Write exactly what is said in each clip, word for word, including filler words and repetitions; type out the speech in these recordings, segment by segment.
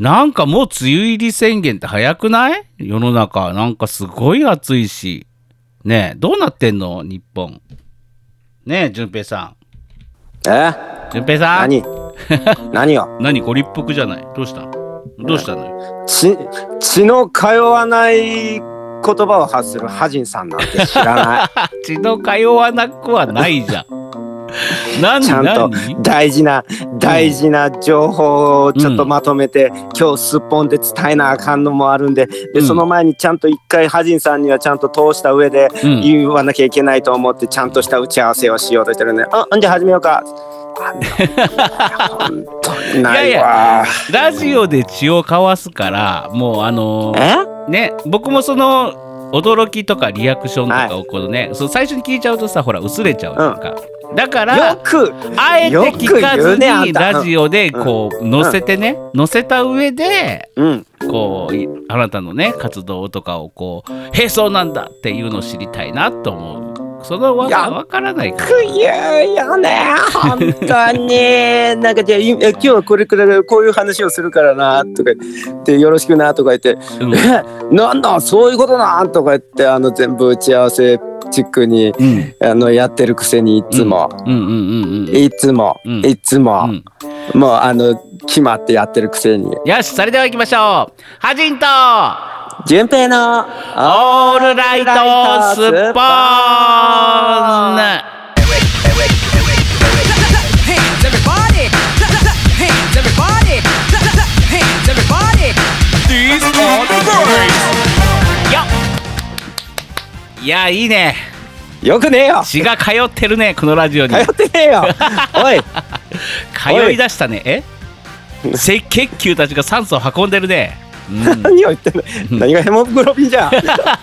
なんかもう梅雨入り宣言って早くない？世の中なんかすごい暑いしねえ、どうなってんの日本ねえ、淳平さん。 え淳平さん何何よ何ご立腹じゃない？どうしたどうしたのよ。 血血の通わない言葉を発するハジンさんなんて知らない血の通わなくはないじゃん何ちゃんと大事な大事な情報をちょっとまとめて、うん、今日すっぽんで伝えなあかんのもあるんで、で、うん、その前にちゃんと一回ハジンさんにはちゃんと通した上で言わなきゃいけないと思ってちゃんとした打ち合わせをしようとしてるんで、あ、じゃあ始めようか。本当にないわ。いやいや、 ラジオで血を交わすからもうあのー、ね、僕もその驚きとかリアクションとかをこのね、はい、そう最初に聞いちゃうとさ、ほら薄れちゃうとか、うん、だからよくあえて聞かずにラジオでこう載せてね、載せた上でこうあなたのね活動とかをこう、へえそうなんだっていうのを知りたいなと思う。そのわわからないから。 く言うよね、本当に。なんかじゃあ今日はこれくらいこういう話をするからなとか言って、よろしくなとか言って、うん、えなんだそういうことなとか言って、あの全部打ち合わせチックに、うん、あのやってるくせにいつも、いつも、うん、いつも、うん、もうあの決まってやってるくせに。 よし、それでは行きましょう。ハジンと淳平のオールライトスッポーン。いや、いいね。 よくねえよ。 血が通ってるね、このラジオに。 通ってねえよ。おい通い出したね。え赤血球たちが酸素を運んでるね。うん、 何を言ってんの何がヘモグロビンじゃん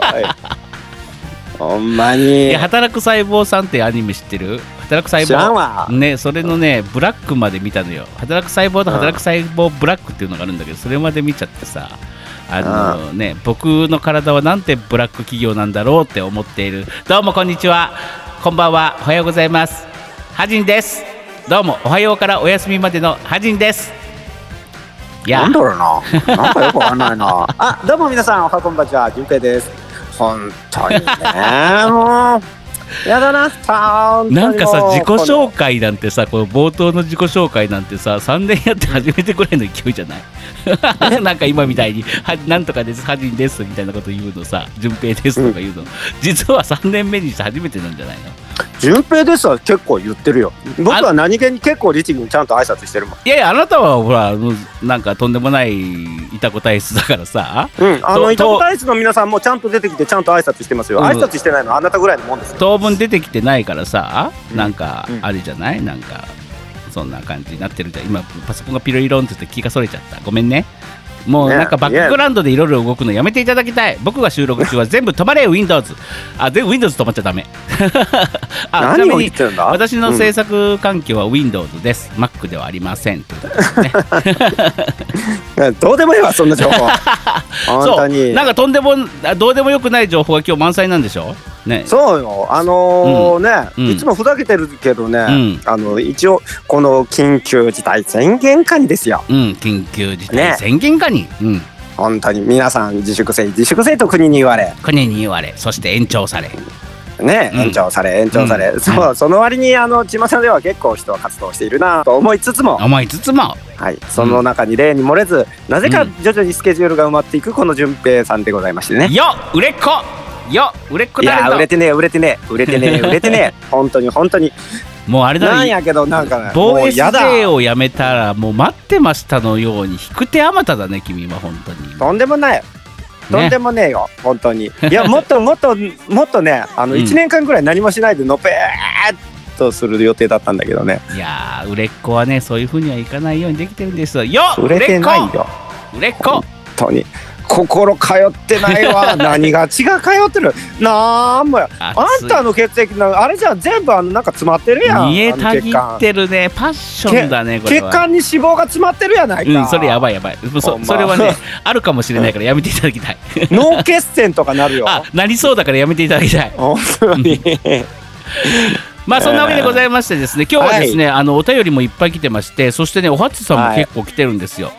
ほんまに。 働く細胞さんってアニメ知ってる？働く細胞知らんわね、それのねブラックまで見たのよ。働く細胞と働く細胞ブラックっていうのがあるんだけど、それまで見ちゃってさ、あのね、僕の体はなんてブラック企業なんだろうって思っている。どうもこんにちは、こんばんは、おはようございます、ハジンです。どうもおはようからお休みまでのハジンです。 いやなんだろうな、なんかよくわかんないなあ、どうも皆さん、おはこんばんちは、淳平です。本当にねもうやだな。 なんかさ、自己紹介なんてさ、この冒頭の自己紹介なんてさ、さんねんやって初めてくらいの勢いじゃないなんか今みたいにはなんとかです、ハジンですみたいなこと言うのさ、淳平ですとか言うの、うん、実はさんねんめにして初めてなんじゃないの？ 淳平ですは結構言ってるよ。僕は何気に結構律儀にちゃんと挨拶してるもん。 いやいや、あなたはほらなんかとんでもないいたこ体質だからさ、 うん、あのいたこ体質の皆さんもちゃんと出てきてちゃんと挨拶してますよ、うん、挨拶してないのはあなたぐらいのもんですよ。 当分出てきてないからさ、なんかあれじゃない、うん、なんかそんな感じになってるじゃん。今パソコンがピロリロンって言って気がそれちゃった、ごめんね。もうなんかバックグラウンドでいろいろ動くのやめていただきたい。僕が収録中は全部止まれ Windows あ、全部 Windows 止まっちゃダメあ、 何を言ってるんだ。 私の制作環境は Windows です、うん、Mac ではありませんということですねどうでもいいわそんな情報本当に。 そう、なんかとんでもどうでもよくない情報が今日満載なんでしょね。 そうよ、あのー、ね、うん、いつもふざけてるけどね、うん、あの一応この緊急事態宣言下にですよ、 うん、緊急事態宣言下に、ね、うん、 本当に皆さん自粛せい自粛せいと国に言われ国に言われ、そして延長されね、うん、延長され延長され、うん、そう、うん、その割にあの巷では結構人は活動しているなと思いつつも思いつつもはい、その中に例に漏れず、うん、なぜか徐々にスケジュールが埋まっていくこの淳平さんでございましてね。 よっ売れっ子よ売れっ子だれいや売れてねえ売れてねえ売れてねえ売れてねえ本当に本当にもうあれだね、 なんやけどなんかね、 ボーエスジェー をやめたらもう待ってましたのように引く手あまただね、君は本当に。 とんでもないとんでもねえよ、ね、本当に。いやもっともっともっとね、あのいちねんかんぐらい何もしないでのぺーっとする予定だったんだけどね。 いやー売れっ子はねそういう風にはいかないようにできてるんですよ。 売れてないよ売れっ子、 本当に心通ってないわ何が血が通ってるなんもや。あんたの血液のあれじゃ全部あのなんか詰まってるやん。 見えたぎってるね、パッションだねこれは。 血管に脂肪が詰まってるやないか。 うん、それやばいやばい。 そ, それはねあるかもしれないからやめていただきたい脳血栓とかなるよあ、なりそうだからやめていただきたい本当にまあそんなわけでございましてですね、今日はですね、はい、あのお便りもいっぱい来てまして、そしてねおはつさんも結構来てるんですよ、はい。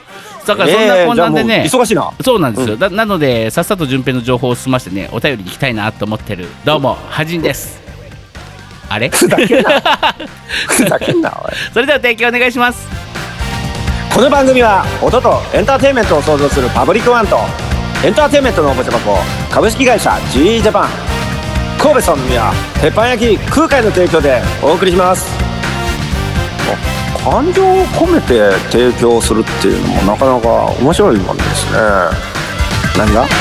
だからそんなこんなんでね、 えー、忙しいな。 そうなんですよ、 うん、 だなのでさっさと順平の情報を済ましてね、お便りに行きたいなと思ってる。どうもはじんです。あれふざけんなふざけんなおい。 それでは提供お願いします。 この番組は音とエンターテインメントを創造するパブリックワンとエンターテインメントのおもちゃ箱株式会社 ジーイー ジャパン神戸三宮鉄板焼き空海の提供でお送りします。感情を込めて提供するっていうのもなかなか面白いもんですね。何が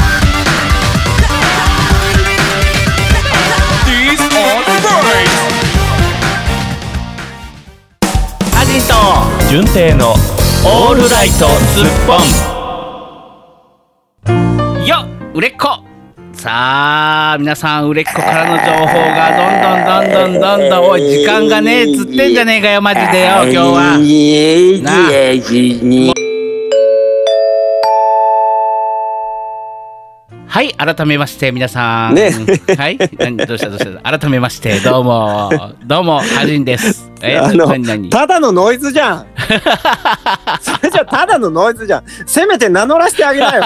ハジンと順平のオールライトスッポン。よっ売れっ子。さあ皆さん売れっ子からの情報がどんどんどんどんどんどんおい時間がねえつってんじゃねえかよマジでよ今日はな。はい改めまして皆さん、 ね、 はい何どうしたどうした改めましてどうもどうもはじんです。 えあの何何ただのノイズじゃんそれじゃただのノイズじゃん。せめて名乗らせてあげなよ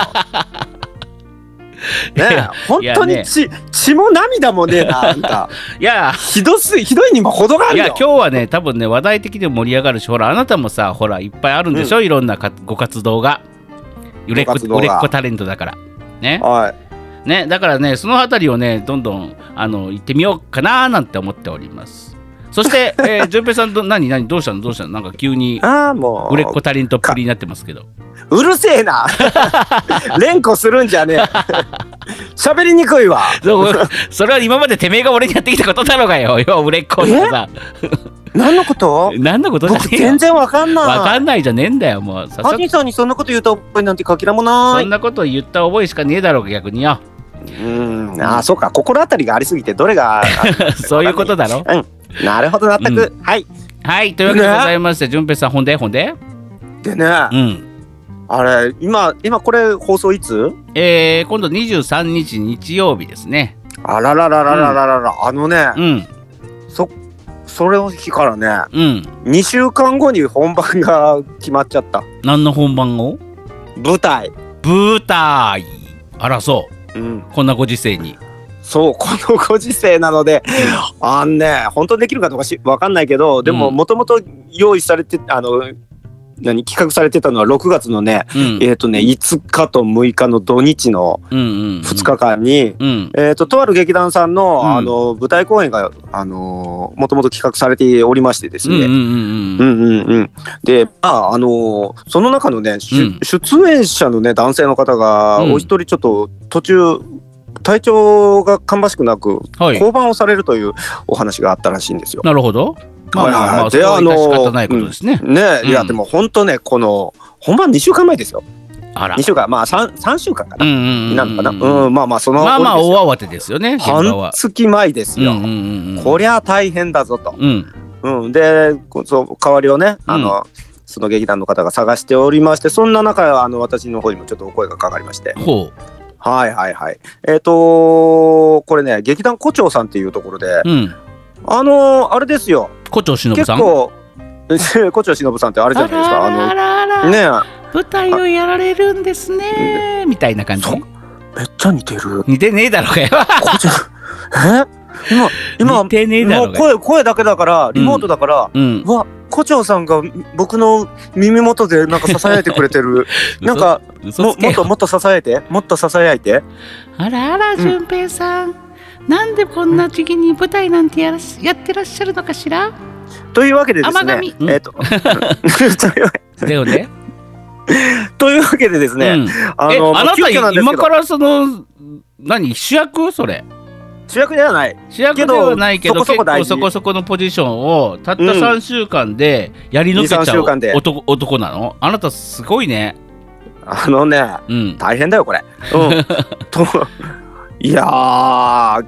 ねえ本当に血、ね、血も涙もねえななんかいやひどすひどいにも程があるよ。 いや今日はね多分ね話題的で盛り上がるし、ほらあなたもさほらいっぱいあるんでしょ、うん、いろんなかご活動が売れっ子売れっ子タレントだからね、 はいね、だからねそのあたりをねどんどんあの行ってみようかななんて思っております。そして、えー、順平さんど何何どうしたのどうしたのなんか急に売れっ子タレントっぷりになってますけど。 うるせえな連呼するんじゃねえ喋りにくいわそれは今までてめえが俺にやってきたことだろうがよよ売れっ子ってさ何のこと何のことじゃねえよ。 全然わかんないわかんないじゃねえんだよもう。 ハニーさんにそんなこと言うた覚えなんてかけらもない。 そんなこと言った覚えしかねえだろうが逆によ。 うんああそうか心当たりがありすぎてどれがそういうことだろ。 うんなるほど納得、うん、はいはいというわけでございまして、ね、順平さんほんでほんででねうんあれ今今これ放送いつ？ えー、今度にじゅうさんにち日曜日ですね。 あらららららららら、うん、あのね、 うん、 そそれの日からね、 うん、 にしゅうかんごに本番が決まっちゃった。 何の本番を？ 舞台。 舞台。あらそう、 うん、 こんなご時世に。 そうこのご時世なので、うん、あんね本当にできるかどうかし分かんないけどでももともと用意されてあの何企画されてたのはろくがつのね、うん、えっ、ー、とねいつかとむいかの土日のふつかかんに、うんうん、えっ、ー、ととある劇団さんの、うん、あの舞台公演があのもともと企画されておりましてですね、うんうんうんうん、でまああのその中のね、うん、出演者のね男性の方がお一人ちょっと途中体調が芳しくなく、はい、降板をされるというお話があったらしいんですよ。 なるほど。まあまあまあそれは致し方ないことですね。 ね、うん、いやでも本当ねこの本番にしゅうかんまえですよ。 あら。 にしゅうかんまあ 3, さんしゅうかんかな。 うんうんうんうん、 なのかな。うんまあまあそのまあまあ大慌てですよね。 半月前ですよ。うんうんうん、こりゃ大変だぞと。うんうん、でそう代わりをねあの、うん、その劇団の方が探しておりまして、そんな中あの私の方にもちょっとお声がかかりまして。 ほう。 はいはいはい。えっ、ー、とこれね劇団胡蝶さんっていうところで、うん、あのー、あれですよ。 胡蝶忍さん。 結構胡蝶忍さんってあれじゃないですか。あのあらあらね舞台をやられるんですねみたいな感じ。 めっちゃ似てる。 似てねえだろうがよ。 え今今似てねえだろうが。 もう声声だけだからリモートだから、うん、わ胡蝶さんが僕の耳元でなんか支えてくれてるなんかももっともっと支えてもっと支え合いて。 あらあら順平さん、うん、なんでこんな時期に舞台なんてやらやってらっしゃるのかしら。 というわけでですね、うん、えっ、ー、とだよね。 というわけでですね、うん、 あのあなた今からその何主役それ。 主役ではない主役ではないけど結構そこそこのポジションをたったさんしゅうかんでやり抜けちゃう男、うん、男なの。あなたすごいね。 あのね、うん、大変だよこれ、うん、といやー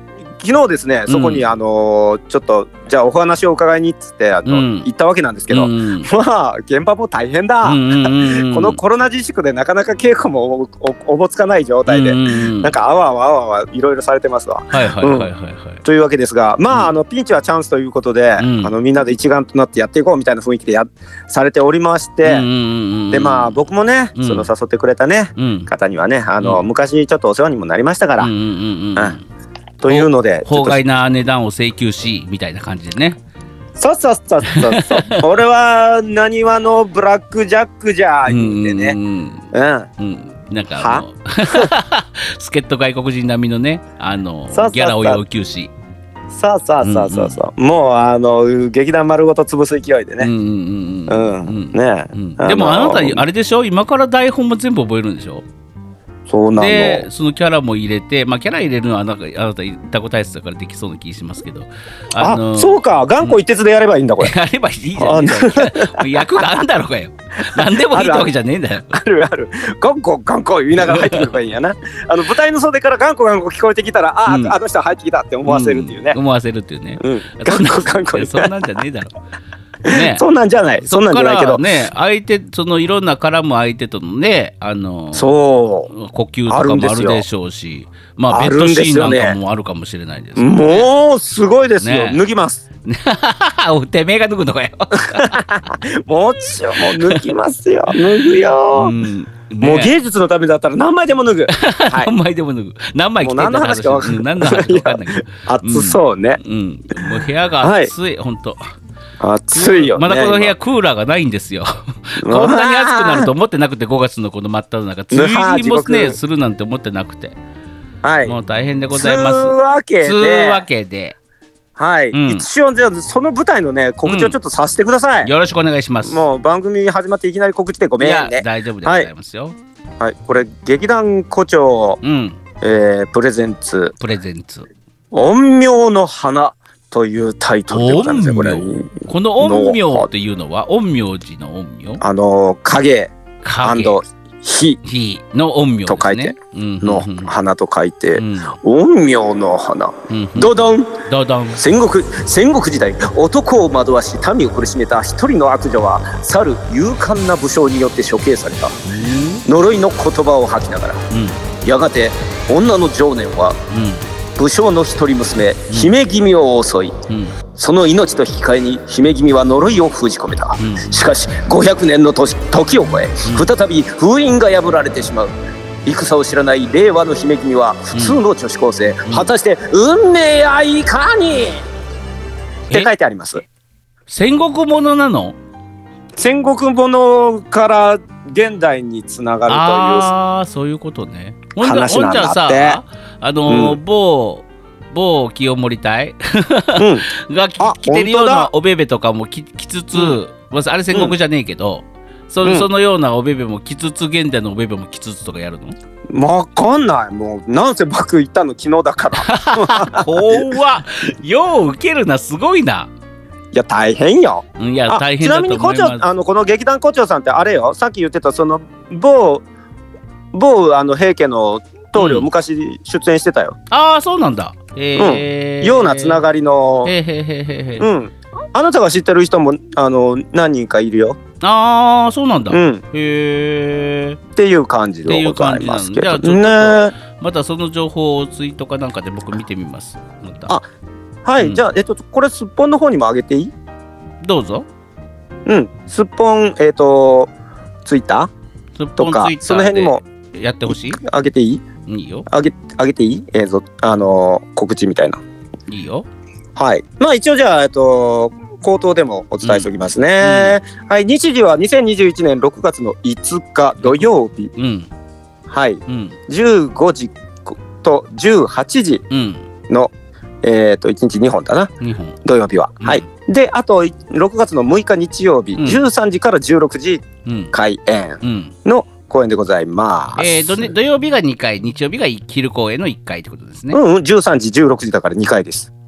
昨日ですね、そこに、 うんあのちょっとじゃあお話を伺いにっつってあの、 うん、 行ったわけなんですけど、 うん、 まあ現場も大変だ、 うんうんうんうん、 このコロナ自粛でなかなか稽古も お, お, おぼつかない状態で、 うんうんうん、 なんかあわあわあわあわいろいろされてますわ。 はいはいはいはい、はい、 うん、というわけですが、まあ、うん、あのピンチはチャンスということで、うん、あのみんなで一丸となってやっていこうみたいな雰囲気でやされておりまして、うんうんうんうん、でまあ僕もね、うん、その誘ってくれたね、うん、方にはねあの、うん、昔ちょっとお世話にもなりましたから、うんうんうんうんというので法外な値段を請求しみたいな感じでね。 そうそうそうそうそう俺はなにわのブラックジャックじゃ言うてね、うんうんうんうん、 なんかあの助っ人外国人並みのねあのギャラを要求し、 そうそうそうそうそう、うんうん、もうあの劇団丸ごと潰す勢いでね、うんうんうんうん、ね、 うん、でもあなたあれでしょ、今から台本も全部覚えるんでしょ。 そうなの。 でそのキャラも入れて、まあキャラ入れるのはなんかあなたタコ体質だからできそうな気しますけど、 あのあそうか頑固一徹でやればいいんだこれ。 やればいいじゃん。役があるんだろうがよ。何でもいいってわけじゃねえんだよ。 あるある。頑固頑固言いながら入ってくればいいんやな。あの舞台の袖から頑固頑固聞こえてきたら、あ、うん、あの人入ってきたって思わせるっていうね。 うん、思わせるっていうね。 うん、頑固頑固。 そんなんじゃねえだろ。ね、 そんなんじゃないそんなんじゃないけどね、相手そのいろんな絡む相手とのねあのそう呼吸とかもあるでしょうし、まあベッドシーンなんかもあるかもしれないです、ね、 もうすごいですよ、ね、脱ぎますてめえが脱ぐのかよもちろんもう脱ぎますよ脱ぐよ、うんね、もう芸術のためだったら何枚でも脱ぐ、はい、 何枚でも脱ぐ何枚着てんだ何の話か分かんない、 何の話か分かんないけど暑そうね、 うんうん、もう部屋が暑い、はい、ほんと暑いよね。 まだこの部屋クーラーがないんですよこんなに暑くなると思ってなくてごがつのこの真っ只中梅雨入りもねするなんて思ってなくて、はい、もう大変でございます。 つうわけで、 つうわけではい、うん、一応じゃあその舞台のね告知をちょっとさせてください、 うん、よろしくお願いします。 もう番組始まっていきなり告知でごめんね。 いや大丈夫でございますよ。 はい、はい、これ劇団胡蝶、うんえー、プレゼンツプレゼンツ陰陽の花というタイトルでございますね。これこの陰陽というのは陰陽師の陰陽、 あの影火の陰陽と書いて、 うん、 の花と書いて、うん、陰陽の花、うん、ドドンドドン戦国戦国時代男を惑わし民を苦しめた一人の悪女は去る勇敢な武将によって処刑された、うん、呪いの言葉を吐きながら、うん、やがて女の情念は、うん武将の一人娘、姫君を襲い、うん、その命と引き換えに姫君は呪いを封じ込めた、うん、しかしごひゃくねんの時を超え、うん、再び封印が破られてしまう。戦を知らない令和の姫君は普通の女子高生、うん、果たして運命はいかに、って書いてあります。 戦国ものなの？ 戦国ものから現代につながるという、 ああそういうことね。 話なんだって。ほんじゃさあのーうん、某某清盛隊、うん、が着てるようなおべべとかも着つつ、うん、あれ戦国じゃねえけど、うん、そ, そのようなおべべも着つつ現代のおべべも着つつとかやるの？ わかんない。もうなんせ僕行ったの昨日だから怖っよう受けるな、すごいな。 いや大変よ。 いや大変だと思います。 ちなみに胡蝶あのこの劇団胡蝶さんってあれよ、さっき言ってたその某某あの平家の棟梁、うん、昔出演してたよ。 ああそうなんだ。へえ、 うん、ようなつながりの、へへへへ、うん、あなたが知ってる人もあの何人かいるよ。 ああそうなんだ。うん、 へえっていう感じでございますけど。 じゃあちょっと、ね、またその情報をツイートかなんかで僕見てみます。またあはい、うん、じゃあえっとこれすっぽんの方にも上げていい？ どうぞ。 うんすっぽんえっとツイッターとかその辺にもやってほしい？ 上げていい？ いいよ。 あげ、あげていい映像、あのー、告知みたいな。 いいよ。 はい。まあ一応じゃあ、えっと、口頭でもお伝えしておきますね。うんうん、はい。日時はにせんにじゅういちねんろくがつのいつか土曜日。うん、はい、うん。じゅうごじとじゅうはちじの、うん、えっと、いちにちにほんだな。にほん。土曜日は。うん、はい。で、あと、ろくがつのむいか日曜日、うん、じゅうさんじからじゅうろくじ開演の、うん公演でございます。 えー、土, 土曜日がにかい、日曜日が昼公演のいっかいってことですね。 うん、うん、じゅうさんじ、じゅうろくじだからにかいです。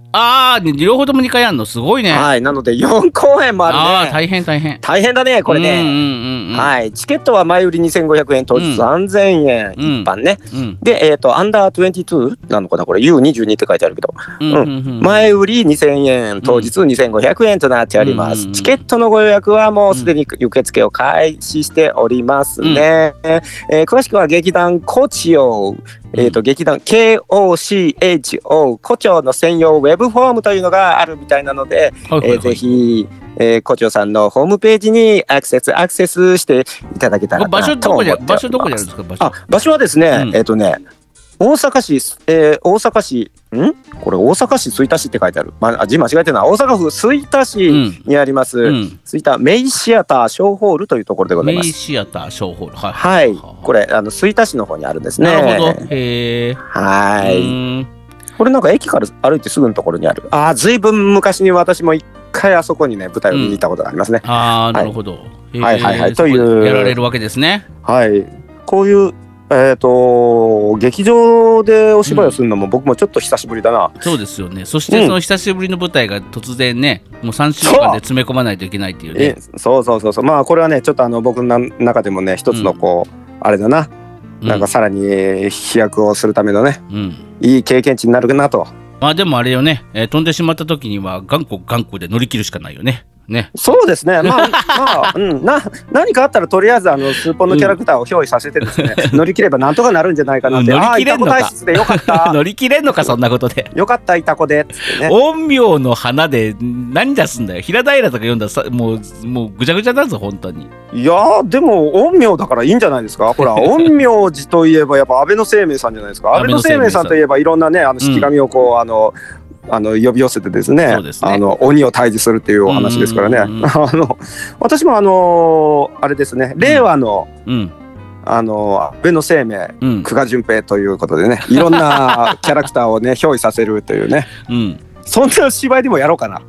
ああ、両方ともにかいあんのすごいね。 はい、なのでよんこうえんもあるね。 ああ、大変大変。 大変だねこれね。 うんうんうんうん、 はい、チケットは前売りにせんごひゃくえん、当日さんぜんえん、 うん、 一般ね。 うん、 で、えっ、ー、とアンダーにじゅうになのかなこれ ユーにじゅうに って書いてあるけど、 うんうんうん、 前売りにせんえん、当日にせんごひゃくえんとなっております。うん、チケットのご予約はもうすでに受付を開始しておりますね。うん、えー、詳しくは劇団コチオ、えーと、劇団 ケーオーシーエイチオー コチョの専用ウェブフォームというのがあるみたいなので、はいはいはい、えー、ぜひ、えー、コチョさんのホームページにアクセスアクセスしていただけたらなと思っております。 場所どこにあるんですか？場所、 あ、場所はですね、うん、えっ、ー、とね大阪市、えー、大阪市んこれ大阪市吹田市って書いてある、まあ、字間違えてるな。大阪府吹田市にあります、うん、吹田メイシアターショーホールというところでございます。 メイシアターショーホール、はい、 はい、これあの吹田市の方にあるんですね。 なるほど。へー。 はい。これなんか駅から歩いてすぐのところにある。ああ、ずいぶん昔に私も一回あそこにね舞台を見に行ったことがありますね。 うん、ああ、なるほど。 はいはいはい、というやられるわけですね。 はい、こういうえーと劇場でお芝居をするのも僕もちょっと久しぶりだな、 うん、そうですよね。そしてその久しぶりの舞台が突然ね、うん、もうさんしゅうかんで詰め込まないといけないっていうね。 そうそうそうそう、まあこれはねちょっとあの僕の中でもね一つのこう、うん、あれだな、なんかさらに飛躍をするためのね、うん、いい経験値になるかなと。 まあでもあれよね、えー、飛んでしまった時には頑固頑固で乗り切るしかないよね。ね、 そうですね、まあ、まあうん、な何かあったらとりあえずあのスーポンのキャラクターを憑依させてですね、うん、乗り切ればなんとかなるんじゃないかなって、 乗り切れんのか、 あ、イタコ体質でよかった乗り切れんのかそんなことでよかったイタコでっつってね。 陰陽の花で何出すんだよ。平平とか読んだらさもうもうぐちゃぐちゃだぞ本当に。 いやでも陰陽だからいいんじゃないですか。ほら陰陽師といえばやっぱ安倍の生命さんじゃないですか。安倍の生命さんといえばいろんなねあの式神をこう、うん、あのあの呼び寄せてですね、ですね、あの鬼を退治するっていうお話ですからね。あの私もあのあれですね、令和の、うん、あの安倍の生命、うん、久我淳平ということでね、いろんなキャラクターをね憑依させるというね、うん、そんな芝居でもやろうかな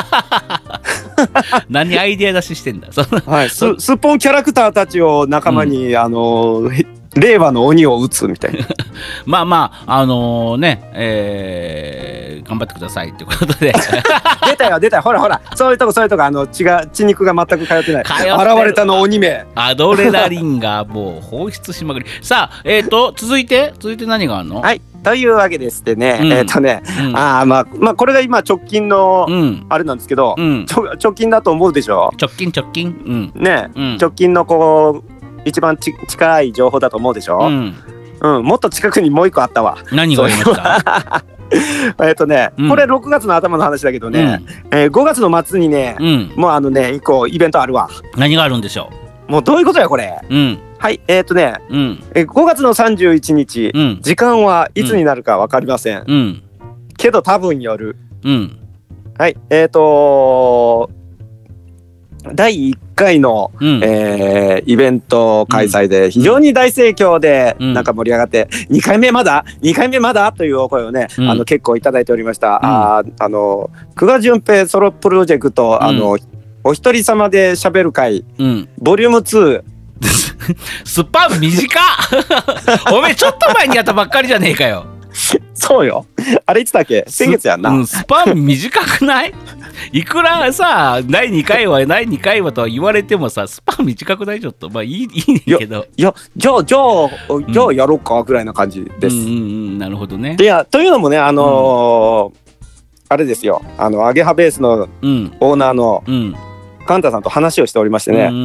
何アイデア出ししてんだはい、すすっぽんキャラクターたちを仲間に、うん、あの令和の鬼を撃つみたいなまあまああのー、ねえー、頑張ってくださいってことで出たよ出たよ、ほらほらそういうとこそういうとこ、あの血が血肉が全く通ってない、現れたの鬼めアドレナリンがもう放出しまくり。さあえっ、ー、と続いて続いて何があるの？ はい、というわけでしてね、うん、えっ、ー、とね、うん、あまあまあこれが今直近のあれなんですけど、うん、直近だと思うでしょ。 直近直近、うん、 ね、うん、直近のこう一番ち近い情報だと思うでしょ、うんうん、もっと近くにもう一個あったわ。 何がありましたえっとね、うん、これろくがつの頭の話だけどね、うんえー、ごがつの末にね、うん、もうあのね一個イベントあるわ。 何があるんでしょう。もうどういうことやこれ、うん、はいえっ、ー、とね、うんえー、ごがつのさんじゅういちにち、うん、時間はいつになるか分かりません、うん、けど多分夜、うん、はいえっ、ー、とだいいっかいの、うんえー、イベント開催で非常に大盛況で、うん、なんか盛り上がって、にかいめまだにかいめまだというお声をね、うん、あの結構いただいておりました、うん、ああの久我淳平ソロプロジェクト、うん、あのお一人様で喋る会、うん、ボリュームツースパン短っおめえちょっと前にやったばっかりじゃねえかよそうよ、あれいつだっけ、先月やんな、 うん、スパン短くないいくらさだいにかいはだいにかいはとは言われてもさスパン短くない？ちょっとまあいいいいねんけど、 いやじゃあじゃあじゃあやろうかぐらいな感じです、うんうんうん、 なるほどね。 いやというのもねあのーうん、あれですよ、あのアゲハベースのオーナーの、うんうんカンタさんと話をしておりましてね、うん、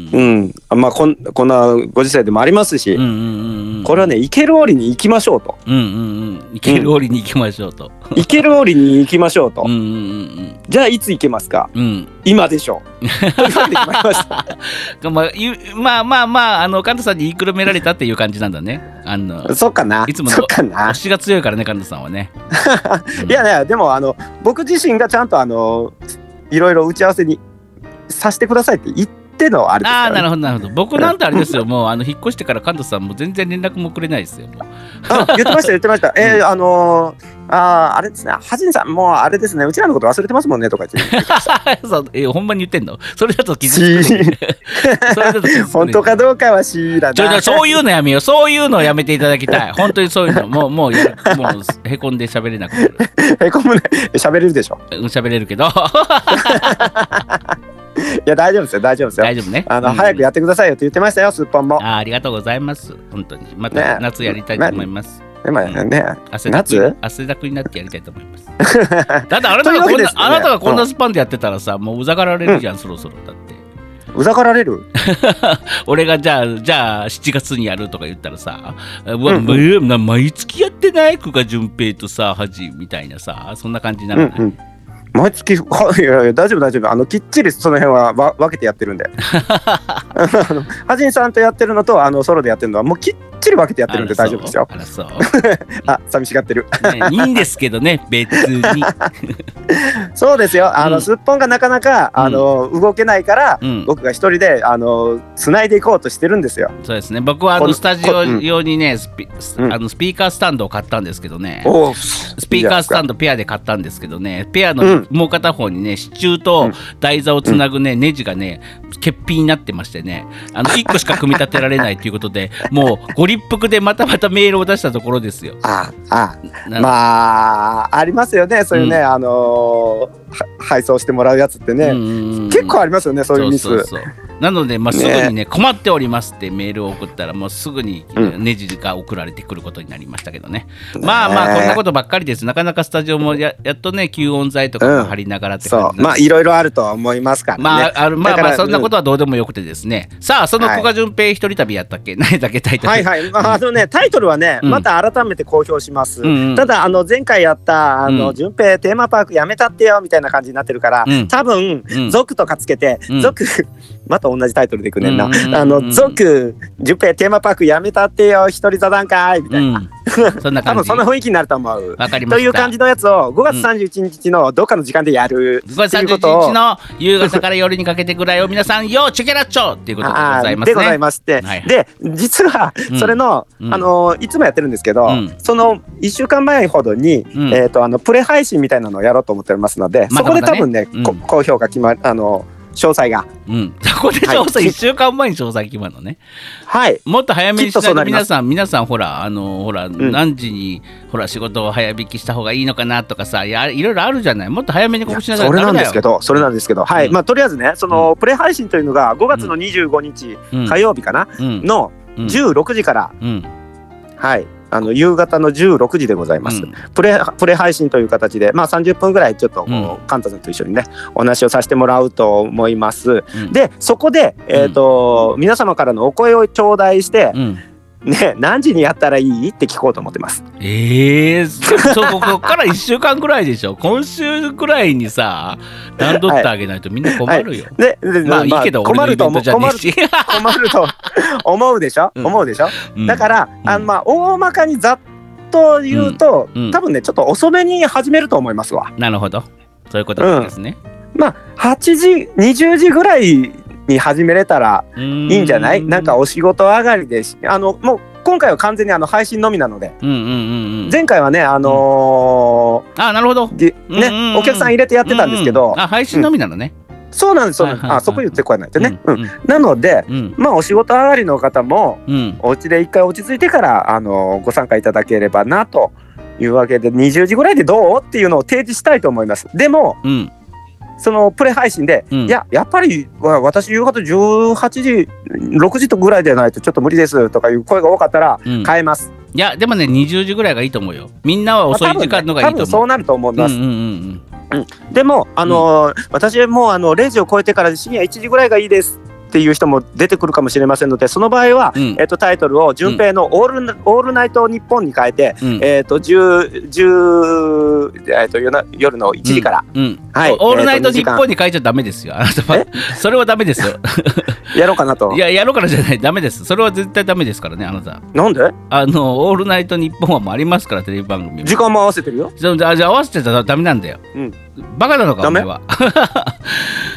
うんうん、まあこん、こんなご時世でもありますし、うんうんうん、これはね行ける折に行きましょうと、うんうんうん、 行ける折に行きましょうと、 うん、行ける折に行きましょうとうんうん、うん、じゃあいつ行けますか、うん、今でしょうというわけで決まりましたまあ、まあまあまああのカンタさんに言いくるめられたっていう感じなんだね。あのそうかないつもの推しが強いからねカンタさんはねいやねでもあの僕自身がちゃんとあのいろいろ打ち合わせにさせてくださいって言ってのあれですから、ね、 ああなるほどなるほど。僕なんてあれですよもうあの引っ越してからカントさんも全然連絡もくれないですよもうあ言ってました言ってましたえー、あのー、 ああ、あれですね。はじんさん、もうあれですね。うちらのこと忘れてますもんねとか言って。 そうえほんまに言ってんの？それだと傷つく、ね。それだと傷つく、ね。 本当かどうかは知らない。 そういうのやめよう。そういうのやめていただきたい。本当にそういうの。もう、もうや、もうへこんで喋れなくなる。 へこむね。喋れるでしょ。 うん、喋れるけど。 いや、大丈夫ですよ、大丈夫ですよ。 大丈夫ね。 あの、 うん、 早くやってくださいよって言ってましたよ、すっぽんも。 あ、ありがとうございます。本当に。また夏やりたいと思います。 ね、まあね、 汗だく、汗だくになってやりたいと思います。だってあなたがこんな、ね、あなたがこんなスパンでやってたらさ、もううざがられるじゃん、うん、そろそろだって。 うざがられる俺がじゃあ、じゃあしちがつにやるとか言ったらさ、うわ、うんうん、毎月やってない久我淳平とさ、はじみたいなさ、そんな感じになる、ね。うんうん、 毎月は、いやいや大丈夫大丈夫、あのきっちりその辺はわ分けてやってるんではじんさんとやってるのとあのソロでやってるのはもうきっちり分けてやってるんで大丈夫ですよ。 あらそうあ、寂しがってる、 ね、いいんですけどね別にそうですよ、あの、うん、すっぽんがなかなかあの、うん、動けないから、うん、僕が一人であの繋いでいこうとしてるんですよ。 そうですね、僕はあのスタジオ用にねスピ、うん、あのスピーカースタンドを買ったんですけどね、うん、スピーカースタンドペアで買ったんですけどね、ペアのもう片方にね支柱と台座をつなぐね、うん、ネジがね欠品になってましてね、あのいっこしか組み立てられないということでもうご立腹でまたまたメールを出したところですよ。 ああ、まあありますよね、そういうね、うん、あのー、配送してもらうやつってね、うん、結構ありますよね、そういうミス。そうそうそう、なので、まあ、すぐにね、ね困っておりますってメールを送ったらもうすぐにネジが送られてくることになりましたけどね、うん、まあまあこんなことばっかりです。なかなかスタジオも や, やっとね吸音材とかも貼りながらって感じ、うん、 そうまあいろいろあるとは思いますからね。 まああるまあまあそんなことはどうでもよくてですね、うん、さあその古賀淳平一人旅やったっけ、何だっけタイトル。 はいはい、まあ、あのねタイトルはね、うん、また改めて公表します、うんうん、ただあの前回やったあの淳平、うん、テーマパークやめたってよみたいな感じになってるから、うん、多分、うん、族とかつけて、うん、族また同じタイトルでいくねんな、うんうんうん、あの族淳平テーマパークやめたってよ一人座談会みたいな、うん、そんな感じ多分そんな雰囲気になると思う。 わかりました。 という感じのやつをごがつさんじゅういちにちのどっかの時間でやる、 うん、ごがつさんじゅういちにちの夕方から夜にかけてぐらいを皆さんよチェケラッチョっていうことでございますね。 でございまして、はいはい、で実はそれの、うん、あのいつもやってるんですけど、うん、そのいっしゅうかんまえほどに、うん、えーとあのプレ配信みたいなのをやろうと思ってますので、まだまだね、そこで多分ね、うん、高評価決まるあの詳細が、 うん、そこで詳細、はい、いっしゅうかんまえに詳細決まるのね。 はい。 もっと早めにしないと皆さん皆さんほらあのほら、うん、何時にほら仕事を早引きした方がいいのかなとかさ、いやいろいろあるじゃない。もっと早めに告知しなさい。 それなんですけど、それなんですけど、はい。うん、まあとりあえずね、その、うん、プレ配信というのがごがつのにじゅうごにち、うん、火曜日かな、うん、のじゅうろくじから、うん、はい。あの夕方のじゅうろくじでございます、うん、プレプレ配信という形で、まあ、さんじゅっぷんぐらいちょっと、うん、カンタさんと一緒にねお話をさせてもらうと思います、うん、でそこで、えーとうん、皆様からのお声を頂戴して、うんね、何時にやったらいいって聞こうと思ってます。 えー、そここからいっしゅうかんぐらいでしょ。今週ぐらいにさ段取ってあげないとみんな困るよ、はいはい、ででまあいいけど、まあ、俺のイベントじゃねえし困ると思うでしょ、うん、思うでしょ、うん、だから、うん、あのまあ大まかにざっと言うと、うんうん、多分ねちょっと遅めに始めると思いますわ。 なるほど、そういうことですね、 うん、まあはちじにじゅうじぐらいに始めれたらいいんじゃない？なんかお仕事上がりでし、あのもう今回は完全にあの配信のみなので、うんうんうんうん、前回はねあのーうん、あなるほどね、うんうんうん、お客さん入れてやってたんですけど、 うんうん、あ配信のみなのね、 うん、そうなんですそうなんです、はいはいはい、あそこ言ってこないとね、うんうんうん、なので、うん、まあお仕事上がりの方も、うん、お家で一回落ち着いてから、あのー、ご参加いただければなというわけで、にじゅうじぐらいでどうっていうのを提示したいと思います。でも、うんそのプレ配信で、うん、いややっぱり私夕方じゅうはちじろくじとぐらいでないとちょっと無理ですとかいう声が多かったら変えます、 うん、いやでもねにじゅうじぐらいがいいと思うよ。みんなは遅い時間のがいいと思う、まあ、多分ね、多分そうなると思います、うんうんうんうん、でもあのーうん、私もあのれいじを超えてから深夜いちじぐらいがいいですっていう人も出てくるかもしれませんので、その場合は、うんえー、とタイトルを順平のオール、うん、オールナイトニッポンに変えて、うんえー、とじゅう、じゅう、えー、と夜のいちじから、うんうんはい、 オールナイトニッポンに変えちゃダメですよ。あなたはそれはダメですよ。 やろうかなと。 いややろうからじゃないダメです。それは絶対ダメですからねあなた。 なんで？ あのオールナイトニッポンはもうありますからテレビ番組も。 時間も合わせてるよ。 じゃあ、じゃあ合わせてたらダメなんだよ。うん、バカなのかお前は。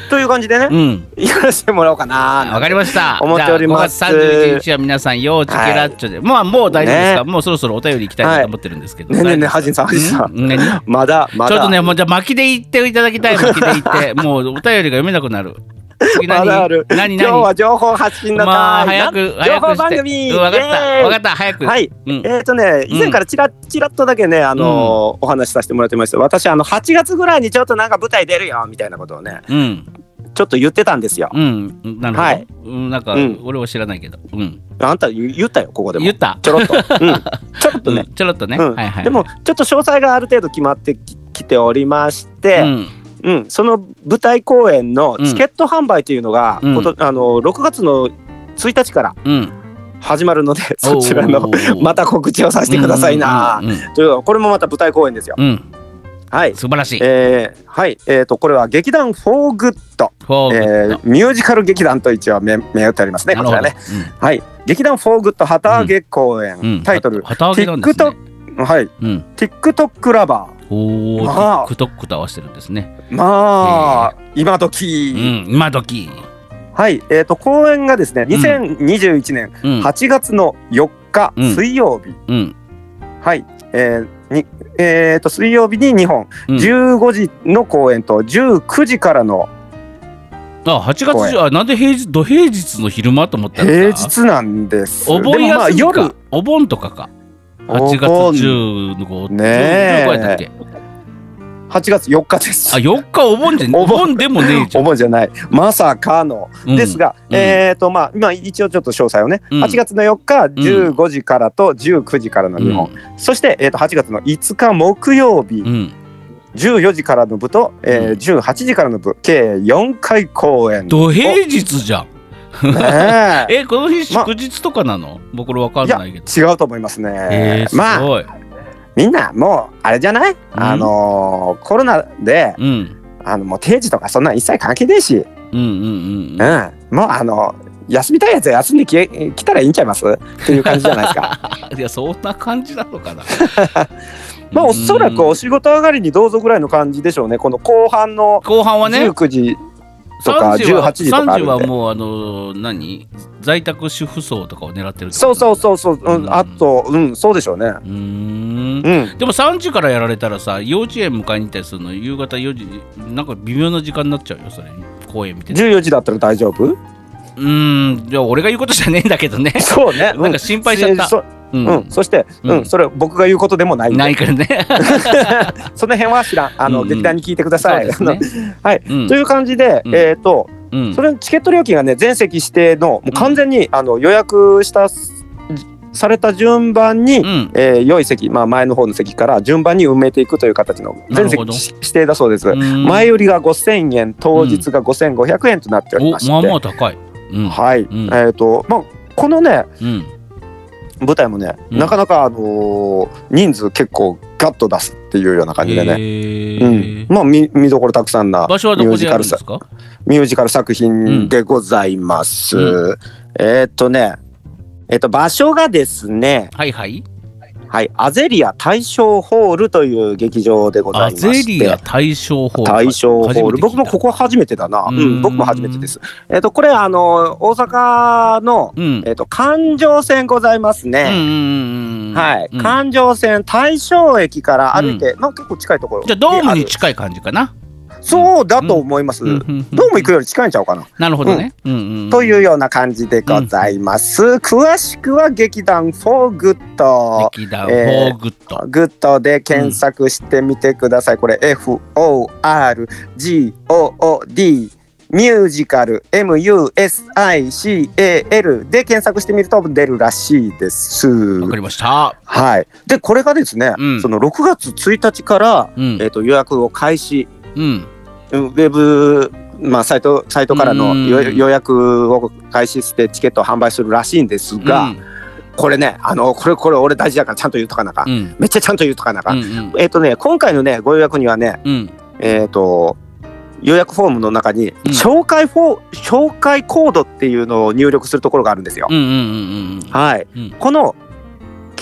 という感じでね、 うん、 やらせてもらおうかな。 わかりました。 思っております。 じゃあごがつさんじゅういちにちは皆さんようチケラッチョで、はい、まあもう大丈夫ですか、ね、もうそろそろお便り行きたいなと思ってるんですけど。 はい、ねえねえねえ、はじんさん、はじんさん、ね、まだまだちょっとね、もうじゃあ巻きで言っていただきたい、巻きで言ってもうお便りが読めなくなる。 次何、まだある。何何今日は情報発信の会、まあ、 早く情報番組、 分かった分かった早く。 はい、うん、えっ、ー、とね以前からちらちらっとだけねあのーうん、お話しさせてもらってました。私あのはちがつぐらいにちょっとなんか舞台出るよみたいなことをね、うん、ちょっと言ってたんですよ。 うん、なるほど。はい、うん、なんか、うん、俺は知らないけど、うん、 あんた言ったよここでも。 言ったちょろっと、うん、ちょろっとね、 うん、ちょろっとね、 うん、はいはい。でもちょっと詳細がある程度決まってきておりまして。うんうん、その舞台公演のチケット販売というのが、うん、ことあのろくがつのついたちから始まるので、うん、そちらのまた告知をさせてくださいな、うんうんうん、というこれもまた舞台公演ですよ、うん、はい、 素晴らしい、 えー、はい、えーとこれは劇団フォーグッド、えー、ミュージカル劇団と一応銘打ってありますね、こちらね、うん、はい、劇団フォーグッド旗揚げ公演、うん、タイトル、 旗揚げなんですね、 はい、うん、TikTok ラバー。 おー、まあ、TikTok と合わせてるんですね。 まあ、えー、今時、 うん、今時。 はい、えっ、ー、と公演がですね、にせんにじゅういちねんはちがつのよっか、うん、水曜日、うん、はい、えー、にえー、と水曜日ににほん、うん、じゅうごじの公演とじゅうくじからのあ、はちがつじゃなんで平日土平日の昼間と思ったんですか。平日なんです。 お盆休みか、夜お盆とかか。はちがつじゅうごねえ、 じゅうごやったっけ。 はちがつよっかです。 あ、よっかお盆じゃお盆でもねえじゃん。 お盆じゃない。まさかの、うん、ですが、うん、えっ、ー、とまあ今一応ちょっと詳細をね、うん、はちがつのよっかじゅうごじからとじゅうくじからのにほん、うん、そしてえっ、ー、とはちがつのいつか木曜日、うん、じゅうよじからの部と、えー、じゅうはちじからの部計よんかい公演。 土平日じゃん。ねえ、この日祝日とかなの？ま、僕らわかんないけど。 いや違うと思いますね。 えー、すごい。 まあみんなもうあれじゃない？うん、あのー、コロナで、うん、あのもう定時とかそんな一切関係ねえし、うんうんうんうん、うん、もうあの休みたいやつは休んでき来たらいいんちゃいますっていう感じじゃないですか。 いやそんな感じなのかな。 まあおそらくお仕事上がりにどうぞぐらいの感じでしょうね。この後半の後半はねじゅうくじとかじゅうはちじとかあるんで。 さんじはもうあの何在宅主婦層とかを狙ってるってそうそうそうそう、うん、あとうんそうでしょうね。うーん、うん、でもさんじからやられたらさ幼稚園迎えに行ったりするの夕方よじなんか微妙な時間になっちゃうよそれ公園見てじゅうよじだったら大丈夫？ うーんじゃあ俺が言うことじゃねえんだけどね。 そうねなんか心配しちゃった、 うんうん、そして、うんうん、それ僕が言うことでもないんでないからね。 その辺は知らんあの、うんうん、劇団に聞いてください。ね、はい、うん、という感じで、うん、えっ、ー、と、うん、それのチケット料金がね全席指定のもう完全に、うん、あの予約したされた順番に、うんえー、良い席、まあ、前の方の席から順番に埋めていくという形の全席指定だそうです。前売りがごせんえん当日がごせんごひゃくえんとなっておりまして、 まあまあ高い、うん、 はい、うん、えっ、ー、とまあこのね、うん舞台もね、うん、なかなか、あのー、人数結構ガッと出すっていうような感じでね、うん、まあ 見, 見どころたくさんな場所はどこでやるんですか？ ミュージカル作品でございます、うん、えー、っとねえー、っと場所がですねはいはいはい、アゼリア大正ホールという劇場でございまして。 アゼリア大正ホール。 大正ホール。僕もここ初めてだな。うん、僕も初めてです。えっとこれあの大阪の、うん、えっと環状線ございますね。はい、うん、環状線大正駅から歩いて、うん、まあ結構近いところ。 じゃあドームに近い感じかな。 そうだと思います、うん、どうも行くより近いんちゃうかな。 なるほどね、 うんうんうん、というような感じでございます、うん、詳しくは劇団フォーグッド劇団フォーグッド、 えー、グッドで検索してみてください。これ エフオーアールジーオーオーディー ミュージカル エムユーエスアイシーエーエル で検索してみると出るらしいです。 わかりました。 はい。でこれがですね、うん、そのろくがつついたちから、うんえー、と予約を開始、うんウェブ、まあ、サイト、サイトからの予約を開始してチケットを販売するらしいんですが、うん、これねあのこれこれ俺大事だからちゃんと言うとかなか、うん、めっちゃちゃんと言うとかなか、うんうん、えっ、ー、とね今回のねご予約にはね、うん、えっ、ー、と予約フォームの中に紹介フォー、うん、紹介コードっていうのを入力するところがあるんですよ。はい、うん、この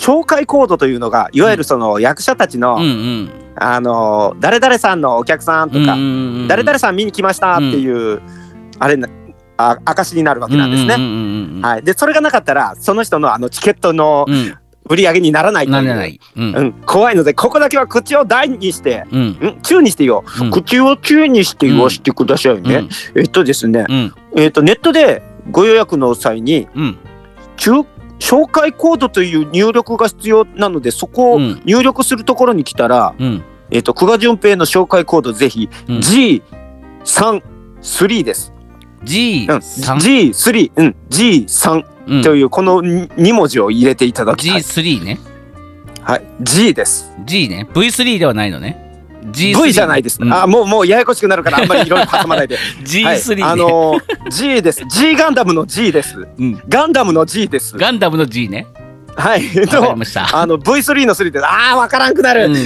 紹介コードというのがいわゆるその役者たちの、 うんうん、 あの誰々さんのお客さんとか、うんうんうん、誰々さん見に来ましたっていう、うん、あれあ証になるわけなんですね、うんうんうんうん、はい、でそれがなかったらその人のあのチケットの売り上げにならないという、ならない、うんうん、怖いのでここだけは口を大にして、うん、中にしてよ、うん、口を中にして言わせてくださいね、うん、えっとですね、うん、えっとネットでご予約の際に、うん、中紹介コードという入力が必要なのでそこを入力するところに来たら、うん、えっと久我淳平の紹介コードぜひ、うん、ジーさんスリー です。 ジーさん、 うん、ジースリー、うん、ジーさん、うん、というこのに文字を入れていただきたい。 ジースリー ね。 はい、G です。 G ね。ブイスリー ではないのね。ジースリーブイ じゃないです、うん、あもうもうややこしくなるからあんまりいろいろ挟まないでジースリー、ね、 はい、あのー、G です。 G ガンダムの G です、うん、ガンダムの G です。 ガンダムの G ね。 はい、わかりました。あの ブイスリー のスリーです。ああわからんくなる、うん、ブイ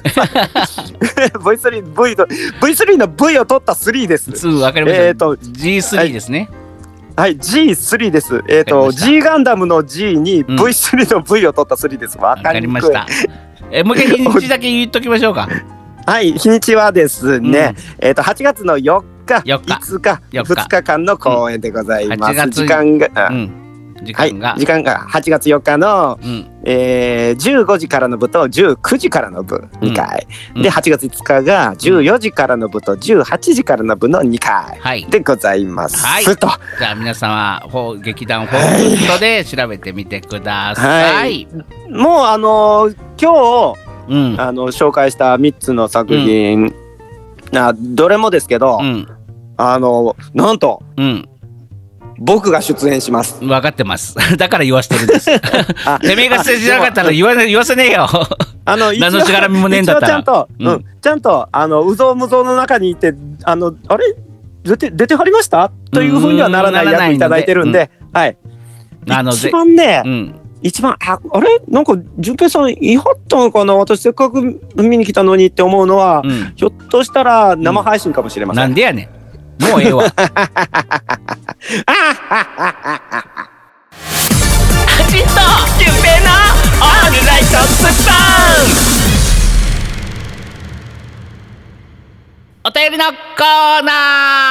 スリー V と ブイスリー の V を取ったスリーです。 うん、わかりました。えーと ジースリー ですね。 はい、ジースリー です。えっ、ー、と G ガンダムの G に ブイスリー の V を取ったスリーです。わかりました。えもう一回日にちだけ言っときましょうか。はい、日にちはですね、うん、えっ、ー、とはちがつのよっか、いつか、ふつかかんの公演でございます。うん、時間が、うん、時間が、はい、時間がはちがつよっかの、うん、えー、じゅうごじからの部とじゅうくじからの部にかい、うん、ではちがついつかがじゅうよじからの部とじゅうはちじからの部のにかいでございます、はい、とじゃあ皆様劇団フォークットで調べてみてください、はい、 もうあのー、今日、うん、あの紹介したみっつの作品、うん、あどれもですけど、うん、あのなんと、うん僕が出演します。 分かってます。だから言わしてるんです。てめえが出演しなかったら言わ言わせねえよ。あの何のしがらみもねえんだったら。 ちゃんと、うんうん、ちゃんとあのうぞうむぞうの中にいてあのあれ出て出てはりましたというふうにはならない役いただいてるんで、うん、はい。あの一番ね、うん、一番ああれなんか淳平さんいはったのかな私せっかく見に来たのにって思うのは、うん、ひょっとしたら生配信かもしれません。 うん、なんでやねん。もうええわ。アジト淳平のオールライトスッポン。お便りのコーナー。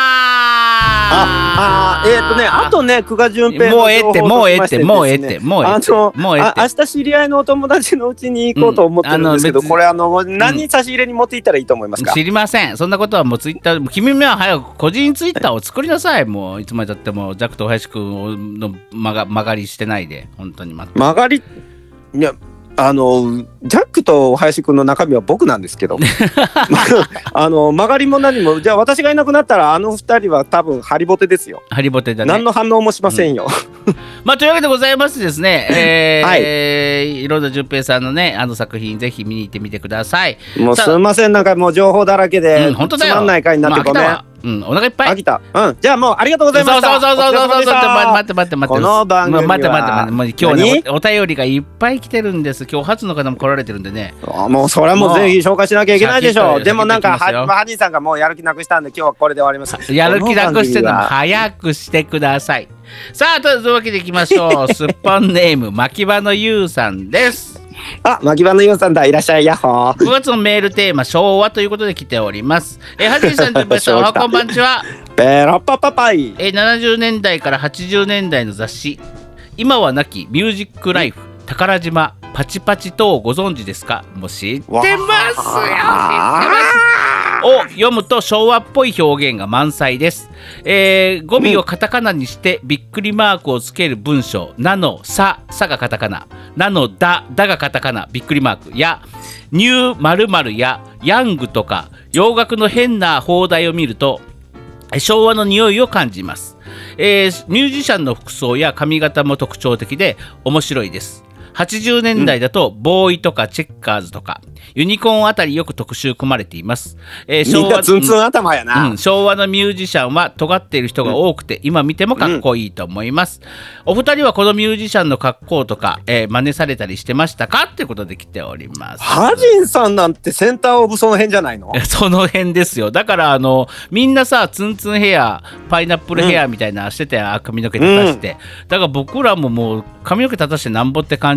ああえっ、ー、とねあとね久我淳平のもうええってもうええってもうええってもうええってもうええって明日知り合いのお友達のうちに行こうと思ってるんですけど、うん、これあの何人差し入れに持っていったらいいと思いますか。 知りません。そんなことはもうツイッター君は早く個人ツイッターを作りなさい。もういつまでたってもジャックと林くんの曲が曲がりしてないで本当に曲がりいやあのジャックと林くんの中身は僕なんですけどあの曲がりも何もじゃあ私がいなくなったらあの二人は多分ハリボテですよ。 ハリボテだね。 何の反応もしませんよ、 うん、まあというわけでございましてですね、えーはいえー、いろんな淳平さんのねあの作品ぜひ見に行ってみてください。 もうすみませんなんかもう情報だらけで、うん、本当だよつまんない回になってごめん、まあうん、お腹いっぱい。 飽きた。うん。じゃあもうありがとうございました。 そうそうそうそうそうそう。待って待って待って待って。 この番組は待って待って待って。もう今日ね お, お便りがいっぱい来てるんです。今日初の方も来られてるんでね。 あもうそれはもうぜひ紹介しなきゃいけないでしょう。でもなんかはハニーさんがもうやる気なくしたんで今日はこれで終わります。 やる気なくしてのも早くしてください。さあというわけでいきましょう。すっぽんネーム牧場のゆうさんです。 あ、牧場のゆうさんだ。いらっしゃい。やっほー。 ごがつのメールテーマ昭和ということで来ております。えー、はじめさんといさんおはこんばんちは。 ペロッパパパイ。 えー、ななじゅうねんだいからはちじゅうねんだいの雑誌今はなきミュージックライフ宝島パチパチ等をご存知ですか。もう知ってますよ。知ってますを読むと昭和っぽい表現が満載です、えー、語尾をカタカナにしてびっくりマークをつける文章なのささがカタカナなのだだがカタカナびっくりマークやニュー〇〇やヤングとか洋楽の変な放題を見ると昭和の匂いを感じます、えー、ミュージシャンの服装や髪型も特徴的で面白いです。はちじゅうねんだいだとボーイとかチェッカーズとかユニコーンあたりよく特集組まれています、えー、昭和ツンツン頭やな、 うん、昭和のミュージシャンは尖っている人が多くて、うん、今見てもかっこいいと思います、うん、お二人はこのミュージシャンの格好とか、えー、真似されたりしてましたかってことで来ております。 ハジンさんなんてセンターオブその辺じゃないの。 その辺ですよ。だからあのみんなさツンツンヘアパイナップルヘアみたいなしてて、うん、髪の毛立たして、うん、だから僕らももう髪の毛立たしてなんぼって感じ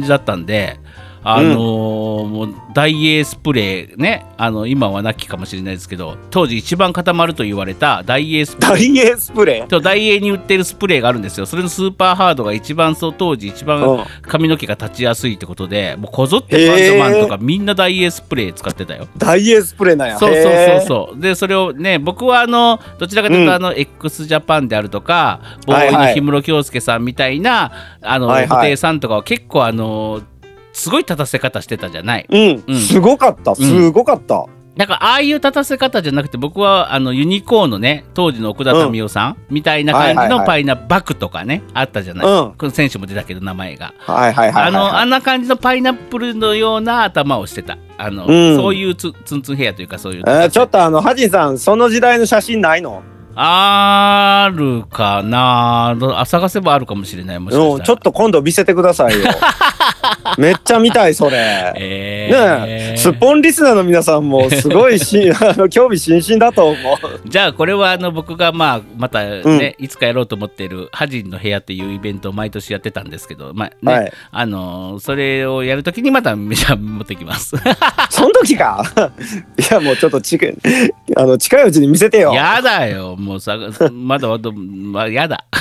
じだったんで、あのーうん、もう大英スプレーね、あの今はなきかもしれないですけど、当時一番固まると言われた大英スプレー、 大英スプレーと大英に売ってるスプレーがあるんですよ。それのスーパーハードが一番、そう当時一番髪の毛が立ちやすいってことで、もうこぞってバンドマンとかみんな大英スプレー使ってたよ。 大英スプレーなんや。 そうそうそうそう。でそれをね、僕はあのどちらかというと、うん、あの X ジャパンであるとか、ボーイの氷室京介さんみたいな、あの布袋、はいはい、さんとかは結構あのすごい立たせ方してたじゃない。 うん、うん、すごかったすごかった、うん、 だからああいう立たせ方じゃなくて、僕はあのユニコーンのね、当時の奥田民生さん、うん、みたいな感じのパイナバクとかね、あったじゃない、うん、この選手も出たけど名前が、 はいはいはいはいはい、 あのあんな感じのパイナップルのような頭をしてた、あの、うん、そういうツンツンヘアというか、そういう、 えー、ちょっとあのハジンさん、その時代の写真ないの？ あるかな、探せばあるかもしれない。もしかしたらちょっと今度見せてくださいよめっちゃ見たいそれ、えー、ねえ、スッポンリスナーの皆さんもすごいしあの興味津々だと思うじゃあこれはあの僕がまあまたね、うん、いつかやろうと思っているハジンの部屋っていうイベントを毎年やってたんですけど、まあね、はい、あのそれをやるときにまためちゃ持ってきますその時かいやもうちょっと近いあの近いうちに見せてよ。 やだよもうさまだまだ、まあ、やだ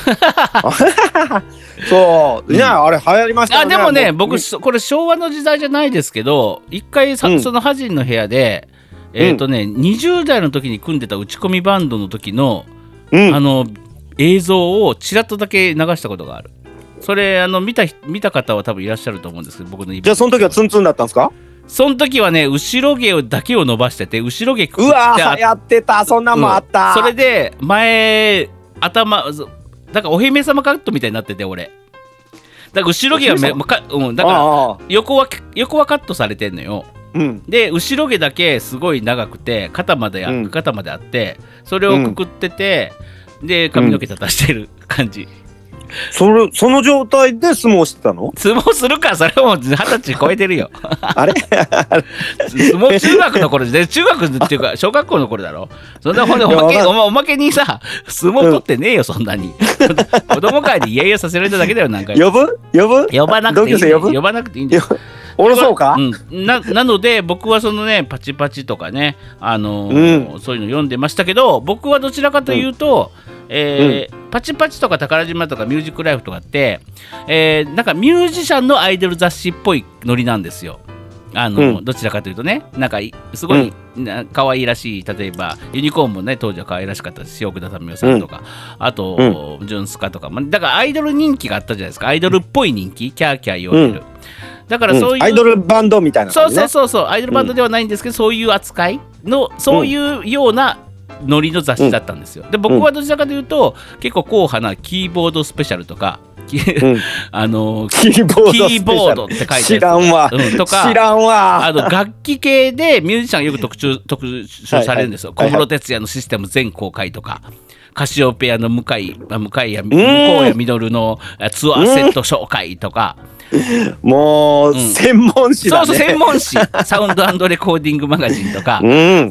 そう、うん、いやあれ流行りましたよね。 あでもね、僕これ昭和の時代じゃないですけど、一回さ、うん、そのハジンの部屋でえっ、ー、とね、うん、にじゅう代の時に組んでた打ち込みバンドの時の、うん、あの映像をちらっとだけ流したことがある。それあの見た見た方は多分いらっしゃると思うんですけど、僕の。 じゃあその時はツンツンだったんですか？ その時はね、後ろ毛をだけを伸ばしてて、後ろ毛くくって、 うわー流行ってた、そんなんもあった、 うん、それで前頭だからお姫様カットみたいになってて、俺だから後ろ毛はめか、うん、だから横は横はカットされてんのよ、うん、で後ろ毛だけすごい長くて肩までや、うん、肩まであって、それをくくってて、うん、で髪の毛立たしてる感じ、うん、 それその状態で相撲してたの？ 相撲するか、それはもう二十歳超えてるよあれ相撲中学の頃で、中学っていうか小学校の頃だろ。そんなほんでおまけ、おまけにさ相撲取ってねえよそんなに子供会でイヤイヤさせられただけだよ。なんか呼ぶ呼ぶ呼ばなくていいんだよ。呼ばなくていいんだよ。 おろそうか、 うん、な, なので僕はそのねパチパチとかね、あのーうん、そういうの読んでましたけど、僕はどちらかというと、うんえーうん、パチパチとか宝島とかミュージックライフとかって、えー、なんかミュージシャンのアイドル雑誌っぽいノリなんですよ。あの、うん、どちらかというとね、なんかすごい、うん、可愛らしい、例えばユニコーンもね当時は可愛らしかったですし、奥田民生さんとか、うん、あと、うん、ジュンスカとか、だからアイドル人気があったじゃないですか。アイドルっぽい人気、キャーキャー言われる、うん、だからそういう、うん、 アイドルバンドみたいな感じね。 そうそうそうそう、アイドルバンドではないんですけど、うん、そういう扱いのそういうようなノリの雑誌だったんですよ。で僕はどちらかというと、うん、結構硬派なキーボードスペシャルとか、うん、あのキーボードキーボードって書いてある知らんわ、 うん、とか知らんわ。 あの楽器系でミュージシャンがよく特注特集されるんですよ。小室哲哉のシステム全公開とか、カシオペアの向井向井や向谷実のツアーセット紹介とか、 もう専門誌だね、 そうそう専門誌サウンド&レコーディングマガジンとか、うん、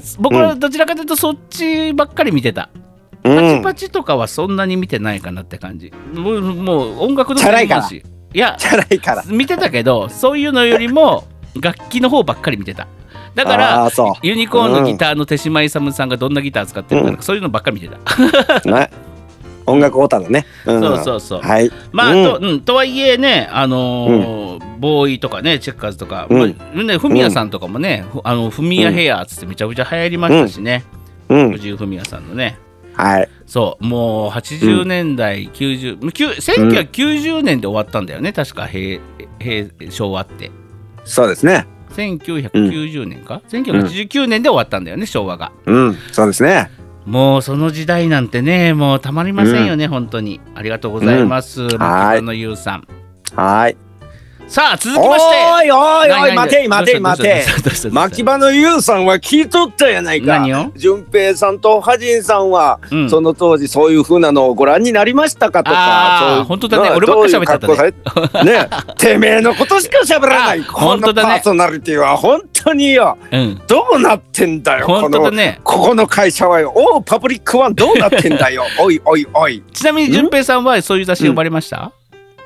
僕はどちらかというとそっちばっかり見てた。パチパチとかはそんなに見てないかなって感じ。もう、もう音楽の専門誌、いやチャラいから見てたけど、そういうのよりも楽器の方ばっかり見てた。だからユニコーンのギターの手島勇さんがどんなギター使ってるか、うん、そういうのばっかり見てた、ね、 音楽オタだね、 うん、そうそうそう、 はい、 まあ、うんとうん、とはいえね、あのーうん、ボーイとかねチェッカーズとか、うんまあね、フミヤさんとかもね、うん、あのフミヤヘアーつってめちゃくちゃ流行りましたしね、うん、藤井フミヤさんのね、 はい、 そうもうはちじゅうねんだい、うん、きゅうじゅうせんきゅうひゃくきゅうじゅうねんで終わったんだよね、確か平平昭和って。 そうですね、 せんきゅうひゃくきゅうじゅうねんか、うん、せんきゅうひゃくはちじゅうきゅうねんで終わったんだよね、昭和が。 うん、そうですね。 もうその時代なんてね、もうたまりませんよね、うん、本当にありがとうございます、うん、牧野優さん。 はい。 さあ続きまして、 おいおいおい、待て待て待て、牧場の優さんは聞いとったやないか。 何を？ 順平さんとハジンさんは、うん、その当時そういう風なのをご覧になりましたかとか。 ああ本当だね、俺ばっか喋っちゃったね。ねてめえのことしか喋らないこのパーソナリティは本当によ、うん、どうなってんだよ、 本当だね、 このここの会社はよ、おうパブリックワンどうなってんだよおいおいおい。 ちなみに順平さんはそういう雑誌呼ばれました？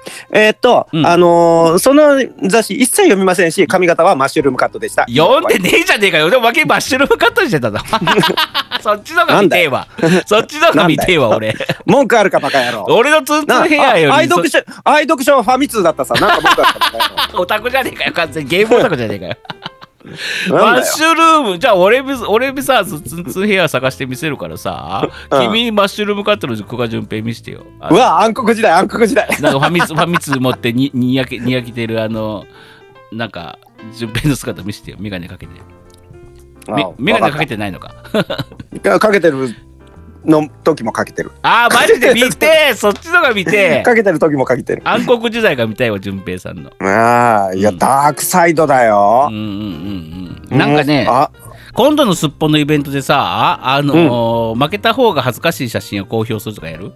えーっと、 うんあのーその雑誌一切読みませんし、髪型はマッシュルームカットでした。 読んでねえじゃねえかよ。でも負けマッシュルームカットしてたぞ。そっちのが見てえわ。そっちのが見てえわ、俺。 文句あるかバカ野郎。 俺のツンツンヘアよりあ愛読書愛読書はファミ通だったさ。なんか文句あるかバカ野郎。 オタクじゃねえかよ、完全にゲームオタクじゃねえかよ。マなんだよッシュルーム、じゃあ俺び俺びさ、ツンツンヘア探してみせるからさ、 うん君にマッシュルームカットの久我淳平見してよ。あうわ、暗黒時代、暗黒時代。 なんかファミツファミツ持ってににやけにやけてるあのなんか淳平の姿見せてよ。メガネかけて。めあメガネかけてないのか。 かかけてるの時もかけてる。 ああマジで見てそっちのが見て。 かけてる時もかけてる。 暗黒時代が見たいわ淳平さんの。 ああ、いや、 うんダークサイドだようん。うんうんうん。なんかね。 うあ、 今度のすっぽんのイベントでさ、あ、あのー負けた方が恥ずかしい写真を公表するとかやる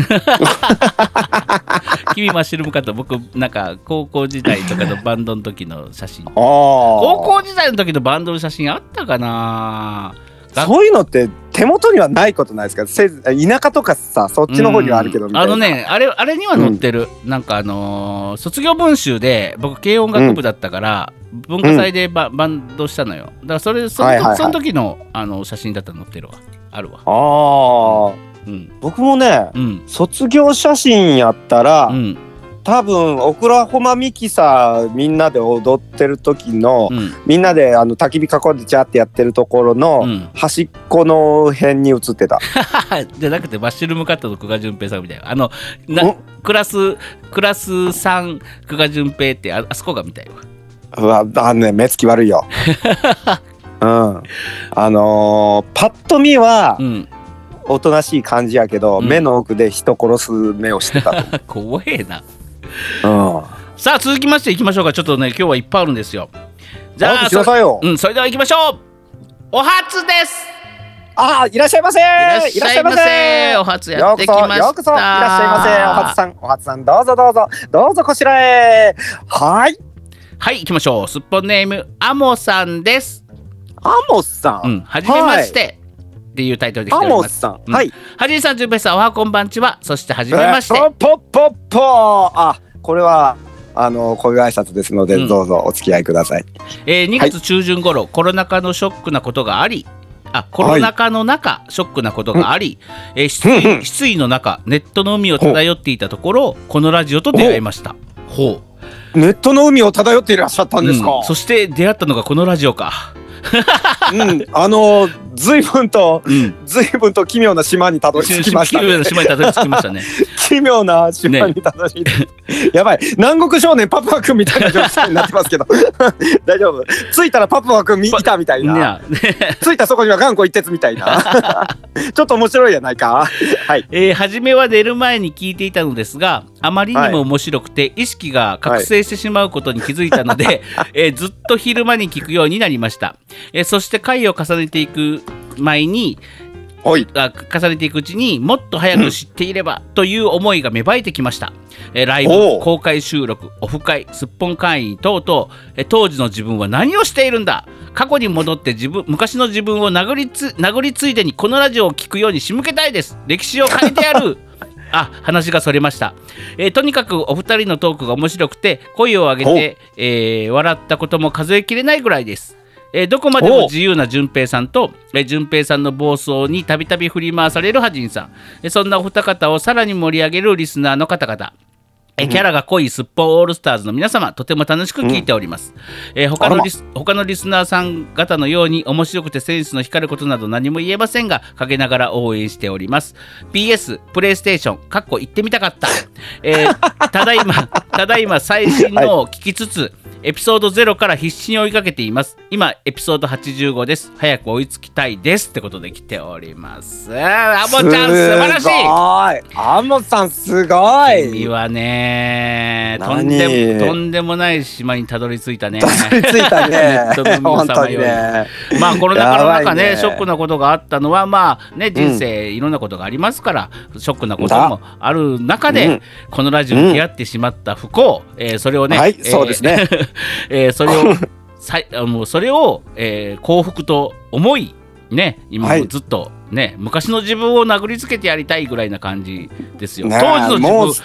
君マッシュルームカット、僕なんか高校時代とかのバンドの時の写真。高高校時代の時のバンドの写真あったかな。 そういうのって手元にはないことないですか。せ田舎とかさ、そっちの方にはあるけどみたいな。 あのね、あれあれには載ってる、なんかあのー卒業文集で僕軽音楽部だったから、文化祭でバ,、バンドしたのよ。だからそれその,、 はいはいはいその時のあの写真だったら載ってるわ。あるわ。 ああ、 うん僕もね、 うん卒業写真やったら、 うん多分オクラホマミキサみんなで踊ってる時の、 うんみんなであの焚き火囲んでジャーってやってるところの、 うん端っこの辺に写ってた。 じゃなくてマッシュルームカットの久我淳平さんみたいなあのなおクラスクラスさん久我淳平ってああそこが見たいわ。 うわ、あのね、目つき悪いよ。うん、あのーパッと見はうんおとなしい感じやけど、 うん目の奥で人殺す目をしてたと怖えな。 思う。うん、 さあ続きましていきましょうか。ちょっとね今日はいっぱいあるんですよ。じゃあ早くしなさいよ。 そ,、うん、それでは行きましょう。お初です。 ああ、いらっしゃいませ。いらっしゃいませ。お初やってきました。 ようこそ、ようこそいらっしゃいませ。お初さん、お初さん、どうぞどうぞ、どうぞこちらへ。はい。 はい行きましょう。すっぽんネームアモさんです。 アモさん。 うん、はじめまして、っていうタイトルで来アております。 モさん。 うんはい。 はじめさん、じゅんぺいさん、おはこんばんちは。そしてはじめまして。 えーポッポッポー。あ、これはあのこういう挨拶ですので、 うんどうぞお付き合いください。 えーにがつ中旬頃、コロナ禍のショックなことがあり、あコロナ禍の中、ショックなことがあり、えー失うんうん意失意の中、ネットの海を漂っていたところ、このラジオと出会いました。ほう。 ネットの海を漂っていらっしゃったんですか。 うんそして出会ったのがこのラジオか。 うん、あの随分とうん。 随分と奇妙な島にたどり着きましたね。 奇妙な島にたどり着きましたね。 奇妙な島にたどり着いて、やばい、南国少年パプア君みたいな状態になってますけど大丈夫。着いたらパプア君いたみたいな、 いや着いたそこには頑固一徹みたいなちょっと面白いやないか。はい。 えー初めは寝る前に聞いていたのですが、あまりにも面白くて意識が覚醒してしまうことに気づいたので、えーずっと昼間に聞くようになりました。えーそして回を重ねていく前におい。 あ重ねていくうちにもっと早く知っていればという思いが芽生えてきました。えーライブ、 おう公開収録、オフ会、すっぽん会員等々、えー当時の自分は何をしているんだ、過去に戻って自分昔の自分を殴りつ殴りついでにこのラジオを聞くように仕向けたいです。歴史を変えてやるあ話がそれました。えーとにかくお二人のトークが面白くて声を上げて、えー笑ったことも数えきれないぐらいです。えーどこまでも自由な淳平さんと、えー淳平さんの暴走にたびたび振り回されるハジンさん、えーそんなお二方をさらに盛り上げるリスナーの方々、えキャラが濃いすっぽんオールスターズの皆様、とても楽しく聞いております。えー他のリス他のリスナーさん方のように面白くてセンスの光ることなど何も言えませんが、陰ながら応援しております。ピーエス プレイステーションかっこ行ってみたかった、えーただいまただいま最新のを聞きつつ、エピソードゼロから必死に追いかけています。今エピソードはちじゅうごです。早く追いつきたいですってことで来ております。あーアモちゃん素晴らしい。 すごい。アモさんすごい。 君はねとん何でもとんでもない島にたどり着いたね。 たどり着いたねネットの海を本当にさまよいね。 まあコロナ禍の中やばいねねショックなことがあったのはまあね人生いろんなことがありますから、ショックなこともある中で、 うんこのラジオに出会ってしまった不幸、えーそれをね、 はいえーそうですねえーそれをさいあもうそれを、えー幸福と思いね今はいもずっとね、昔の自分を殴りつけてやりたいぐらいな感じですよ。 ねえ当時の自分もう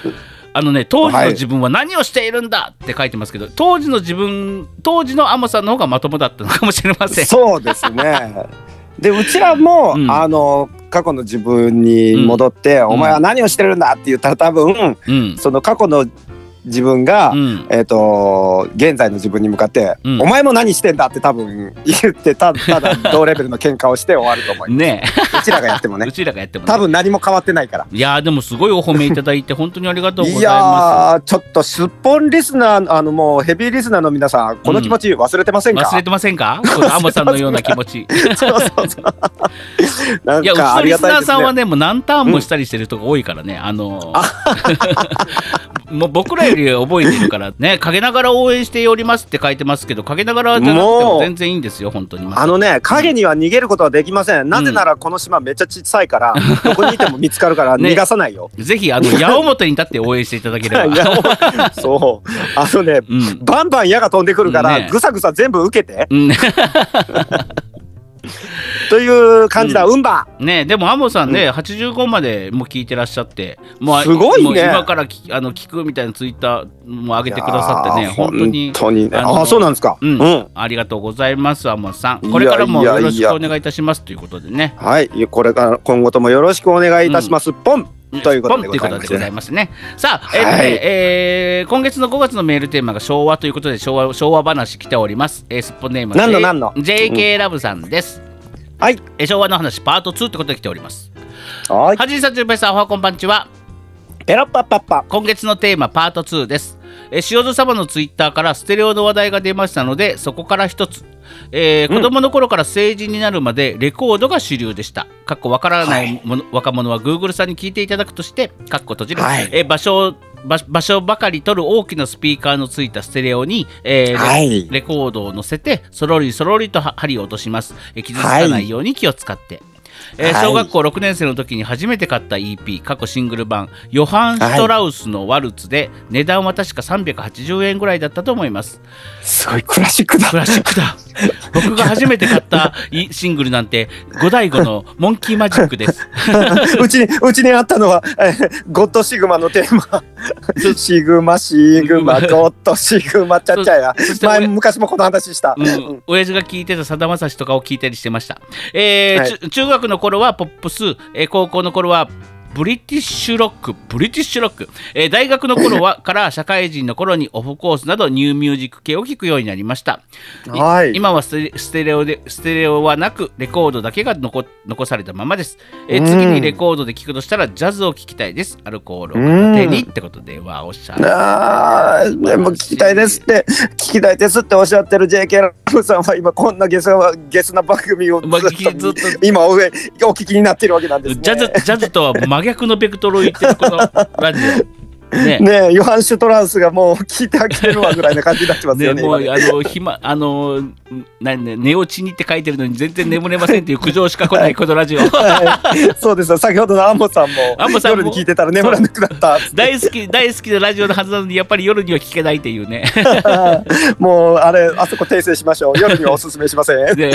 あのね、当時の自分は何をしているんだって書いてますけど、はい、当時の自分当時のアモさんの方がまともだったのかもしれません。 そうですねでうちらも、うん、あの過去の自分に戻って、うん、お前は何をしてるんだって言ったら多分、うん、その過去の自分が、うん、えーと現在の自分に向かって、うん、お前も何してんだって多分言ってたただ同レベルの喧嘩をして終わると思いますねうちらがやってもねうちらがやっても、ね、 多分何も変わってないから。 いやでもすごいお褒めいただいて本当にありがとうございます。いやちょっとすっぽんリスナーあのもうヘビーリスナーの皆さんこの気持ち忘れてませんか、 うん、忘れてませんかこのアモさんのような気持ちそうそうそうなんかいやうちのリスナーさんはねもう何ターンもしたりしてる人が多いからね、うん、あのもう僕らより覚えてるからね陰ながら応援しておりますって書いてますけど陰ながらじゃなくても全然いいんですよ本当に。 あのね影には逃げることはできません、うん、なぜならこの島めっちゃ小さいから、うん、どこにいても見つかるから逃がさないよ、 ね、ぜひあの矢面に立って応援していただければそうあのね、うん、バンバン矢が飛んでくるから、ね、ぐさぐさ全部受けて、うんという感じだ、うん、うんばね。でもアモさんね、うん、はちじゅうごまでも聞いてらっしゃって、もうすごいね。 もう今からきあの聞くみたいなツイッターも上げてくださってね、本当に本当にね。ああそうなんですか、 うんうん、ありがとうございますアモさん。これからもよろしくお願いいたしますということでね。 はい、これから今後ともよろしくお願いいたします、うん、ポンということでございますね。さあ、えーはい、えー、今月のごがつのメールテーマが昭和ということで昭和昭和話来ております。えー、スッポンネーム何の何のジェイケー ラブさんです。うん、はい、えー、昭和の話パートツーってことで来ております。はい。はじいさんじゅんぺいさんおはこんばんちは。 ペロッパッパッパ。 今月のテーマパートツーです。えー、塩津様のツイッターからステレオの話題が出ましたのでそこから一つ。えー、子供の頃から成人になるまでレコードが主流でした。かっこわからないもの、はい、若者は Google さんに聞いていただくとしてかっこ閉じる、はい、えー、場所場, 場所ばかり取る大きなスピーカーのついたステレオに、えーはい、レ, レコードを乗せてそろりそろりと針を落とします。えー、傷つかないように気を使って、はい、えー、小学校ろくねん生の時に初めて買った イーピー 過去シングル版ヨハン・シュトラウスのワルツで、はい、値段は確かさんびゃくはちじゅうえんぐらいだったと思います。 すごいクラシックだクラシックだ僕が初めて買ったシングルなんてゴダイゴのモンキーマジックですうちにうちにあったのは、えー、ゴッドシグマのテーマシグマシグマゴッドシグマちゃっちゃや前昔もこの話した、うんうん、 親父が聞いてたさだまさしとかを聞いたりしてました。えーはい、中学の頃はポップス、えー、高校の頃はブリティッシュロックブリティッシュロック、えー、大学の頃はから社会人の頃にオフコースなどニューミュージック系を聴くようになりました。はい、今はステ、ステレオでステレオはなくレコードだけが 残, 残されたままです。えー、次にレコードで聴くとしたらジャズを聴きたいです。アルコールを片手にってことではおっしゃる。 あーでも聴きたいですって聴きたいですっておっしゃってる ジェイケー ラブさんは今こんなゲスなゲスな番組をずっと、ずっと今お聞きになってるわけなんですね。 ジャズジャズとは真逆のベクトルを言ってるこのラジオねねえヨハン・シュトラウスがもう聞いてあげてるわぐらいな感じになってますよね。 ねもうあの暇あのなね寝落ちにって書いてるのに全然眠れませんっていう苦情しか来ないこのラジオ、 はい、そうですよ。先ほどのアンモさんも夜に聞いてたら眠らなくなった大好き大好きなラジオのはずなのにやっぱり夜には聞けないっていうねもうあれあそこ訂正しましょう。夜にはおすすめしません、ね、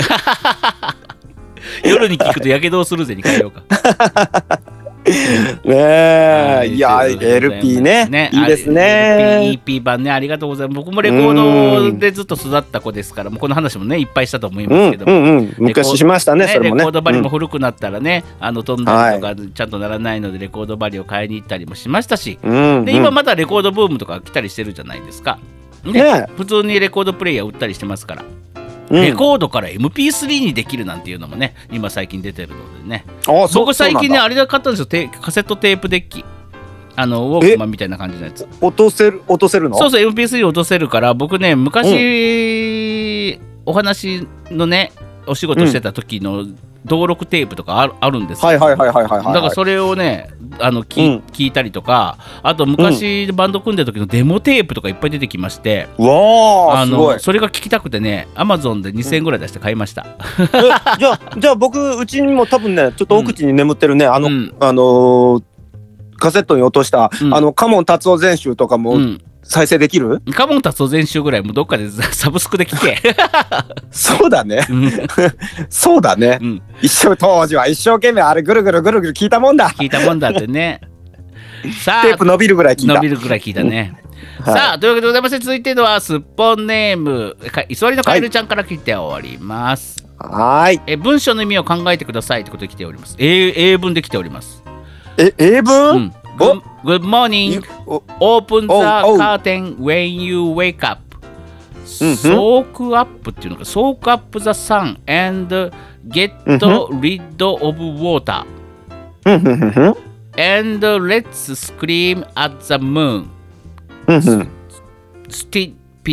夜に聞くとやけどをするぜに変えようかねえ、いや エルピー ね、ねいいですね。 イーピー 版ねありがとうございます。僕もレコードでずっと育った子ですからもうこの話もねいっぱいしたと思いますけども、うんうんうん、 昔しましたね。それもねレコード針も古くなったらね、うん、あの飛んだりとかちゃんとならないのでレコード針を買いに行ったりもしましたし、うんうん、で今またレコードブームとか来たりしてるじゃないですか、ねね、普通にレコードプレイヤー売ったりしてますから、うん、レコードから エムピースリー にできるなんていうのもね今最近出てるのでね。あ僕最近ねあれで買ったんですよ。カセットテープデッキあのウォークマンみたいな感じのやつ。 落とせる落とせるの？ そうそう エムピースリー 落とせるから僕ね昔、うん、お話のねお仕事してた時の、うん登録テープとかあ る, あるんですよ。 はいはいはいはいはい、はい、 だからそれをねあの 聞,、うん、聞いたりとかあと昔バンド組んでる時のデモテープとかいっぱい出てきまして、 うん、わあのすごいそれが聞きたくてねアマゾンでにせんえんぐらい出して買いました、 うん、じゃあじゃあ僕うちにも多分ねちょっと奥地に眠ってるね、うん、あの、うん、あのー、カセットに落とした、うん、あのカモン達夫全集とかも、うん再生できる？ カモン達夫全集ぐらいもどっかでサブスクで聞けそうだね、うん、そうだね、うん、一生当時は一生懸命あれぐるぐるぐるぐる聞いたもんだ聞いたもんだってねさあテープ伸びるぐらい聞いた。 伸びるぐらい聞いたね。 はいさあというわけでございまして、続いてのはすっぽんネームか居座りのカエルちゃんから来ております。 はい。 え文章の意味を考えてくださいってことで来ております。英, 英文で来ております。 え英文、 うん、Good, good morning. Open the curtain when you wake up. Soak up っていうのか、soak up the sun and get rid of water. And let's scream at the moon. Stupid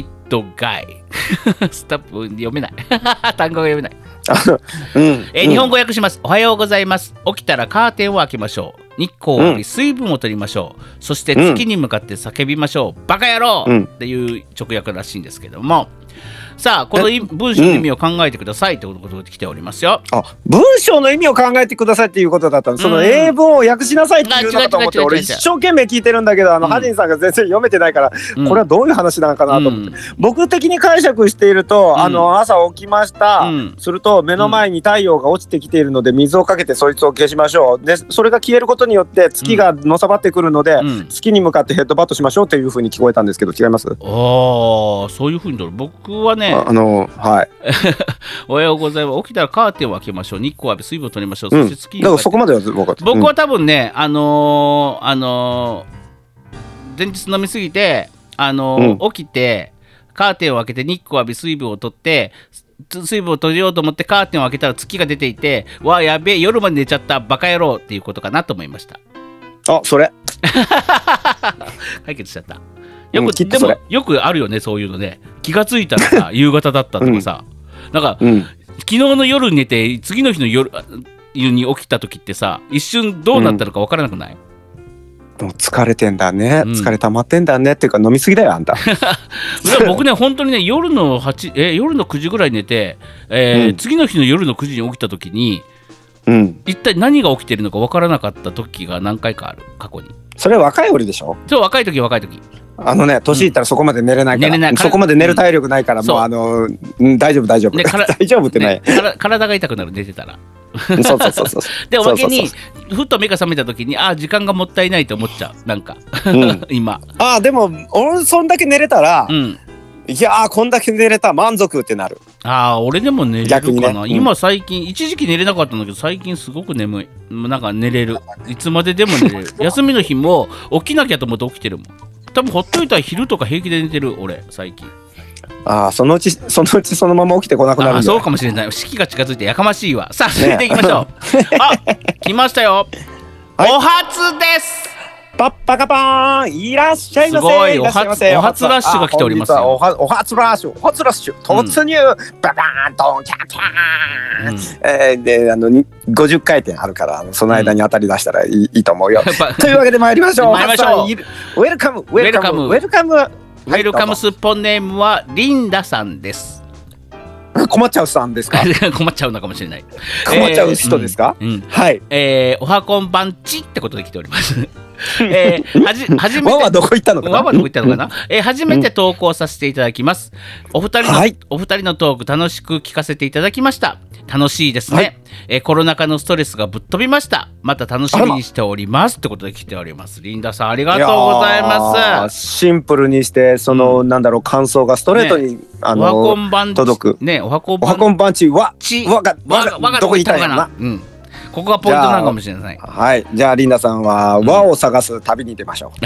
guy. スタップ読めない。単語が読めない。うんえー、日本語訳します。おはようございます。起きたらカーテンを開けましょう。日光を浴び水分を取りましょう。そして月に向かって叫びましょう。バカ野郎、うん、っていう直訳らしいんですけども、さあこの文章の意味を考えてくださいってことで来ておりますよ。 あ、文章の意味を考えてくださいっていうことだったの。その英文を訳しなさいっていうのかと思って、俺一生懸命聞いてるんだけど、あの、うん、ハジンさんが全然読めてないから、うん、これはどういう話なのかなと思って、うん、僕的に解釈していると、うん、あの朝起きました、うん、すると目の前に太陽が落ちてきているので水をかけてそいつを消しましょう。でそれが消えることによって月がのさばってくるので、うん、月に向かってヘッドバットしましょうっていう風に聞こえたんですけど、違います？ああ、 そういう風にとる。僕はね、 あのはいおはようございます。起きたらカーテンを開けましょう。日光を浴び水分を取りましょう。そして月に、 うん、だからそこまでは分かった。 僕は多分ね、あのー、あのー、前日飲みすぎて、あのーうん、起きてカーテンを開けて日光を浴び水分を取って水分を取りようと思ってカーテンを開けたら月が出ていて、わあやべえ夜まで寝ちゃったバカ野郎っていうことかなと思いました。 あ、それ解決しちゃった。よく、うん、でもよくあるよね、そういうのね。気がついたらさ夕方だったとかさ、うん、なんか、うん、昨日の夜寝て次の日の夜に起きた時ってさ、一瞬どうなったのか分からなくない？ もう疲れてんだね、うん、疲れ溜まってんだねっていうか飲みすぎだよあんた。 僕ね本当にね夜のはちえ夜のくじぐらい寝て、えーうん、次の日の夜のくじに起きた時に、うん、一体何が起きてるのか分からなかった時が何回かある、過去に。 それは若い俺でしょ？ そう、若い時若い時。 あのね、年いったらそこまで寝れないから、うん、寝れない、そこまで寝る体力ないから、うん、もうあの、うん、大丈夫大丈夫、ね、大丈夫ってない、 ね、体が痛くなる寝てたら。 そうそうそうそうでおまけにふっと目が覚めた時に、あ時間がもったいないと思っちゃう、なんか、うん、今あでも俺そんだけ寝れたら、うん、いやーこんだけ寝れた満足ってなる。 あ俺でも寝れるかな、ねうん、今最近一時期寝れなかったんだけど最近すごく眠い。なんか寝れる、いつまででも寝れる。休みの日も起きなきゃと思って起きてるもん。多分ほっといたら昼とか平気で寝てる俺最近。 ああそのうちそのうちそのまま起きてこなくなるんだ。 あそうかもしれない。四季が近づいてやかましいわ。さあ続いていきましょう、ね、あ来ましたよ、はい、お初です。 パッパカパーンいらっしゃいませ。 すごいお初お初ラッシュが来ておりますよ。 おはお初ラッシュお初ラッシュ突入、うん、ババーンとキャキャーン、うんえー、であのごじゅっかい転あるからその間に当たり出したらいい、うん、いいと思うよ。というわけで参りましょう。 参りましょう。 ウェルカムウェルカムウェルカムウェルカムスッポンネームはリンダさんです。 困っちゃうさんですか？ 困っちゃうのかもしれない。 困っちゃう人ですか？ えーうんうん、はい。えー、おはこんばんちってことで来ております。えー、はじ初めて。 ワンはどこ行ったのかな？ ワンはどこ行ったのかな？えー、初めて投稿させていただきます。お二人の、はい、お二人のトーク楽しく聞かせていただきました。楽しいですね、はいえー。コロナ禍のストレスがぶっ飛びました。また楽しみにしておりますってことで来ております。リンダさんありがとうございます。 シンプルにしてその、うん、なんだろう感想がストレートに、ね、あのおはこんばん届く。 ねおはこんばんちはちわがわがわがどこ行ったのかな。 うん。ここがポイントなのかもしれない。 はいじゃあリンダさんは和を探す旅に出ましょう。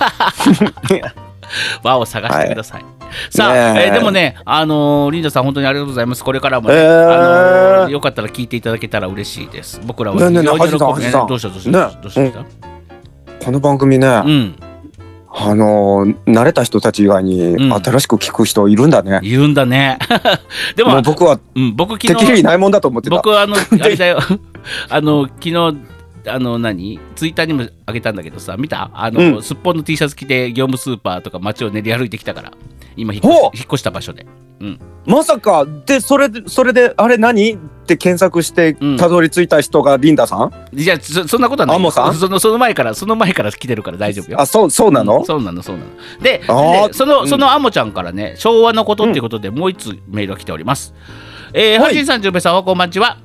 和を探してください。はい、さあ、ねえー、でもね、あのー、リンダさん本当にありがとうございます。これからも、ねえーあのー、よかったら聞いていただけたら嬉しいです。僕らは非常に喜ぶ。どうしたどうした、ね、どうした、うん、 この番組ね、うん、あのー、慣れた人たち以外に新しく聞く人いるんだね。 うん、いるんだね。でも、 もう僕は、 うん、僕昨日てっきりいないもんだと思ってた。 僕はあのあれだよ。あの昨日あの何ツイッターにもあげたんだけどさ見たあの、うん、すっぽんの T シャツ着て業務スーパーとか街を練り歩いてきたから今引っ越し、引っ越した場所で、うん、 まさかでそれでそれであれ何って検索してたどり着いた人がリンダさん、 うん、いや そ, そんなことはない。 アモさんそ, のその前からその前から来てるから大丈夫よ。 あそうそうなの、 うん、そうなのそうなの で, でそのそのアモちゃんからね昭和のことっていうことでもう一つメールが来ております。えー、ハジンさんじゅんぺいさんおはこんばんちは。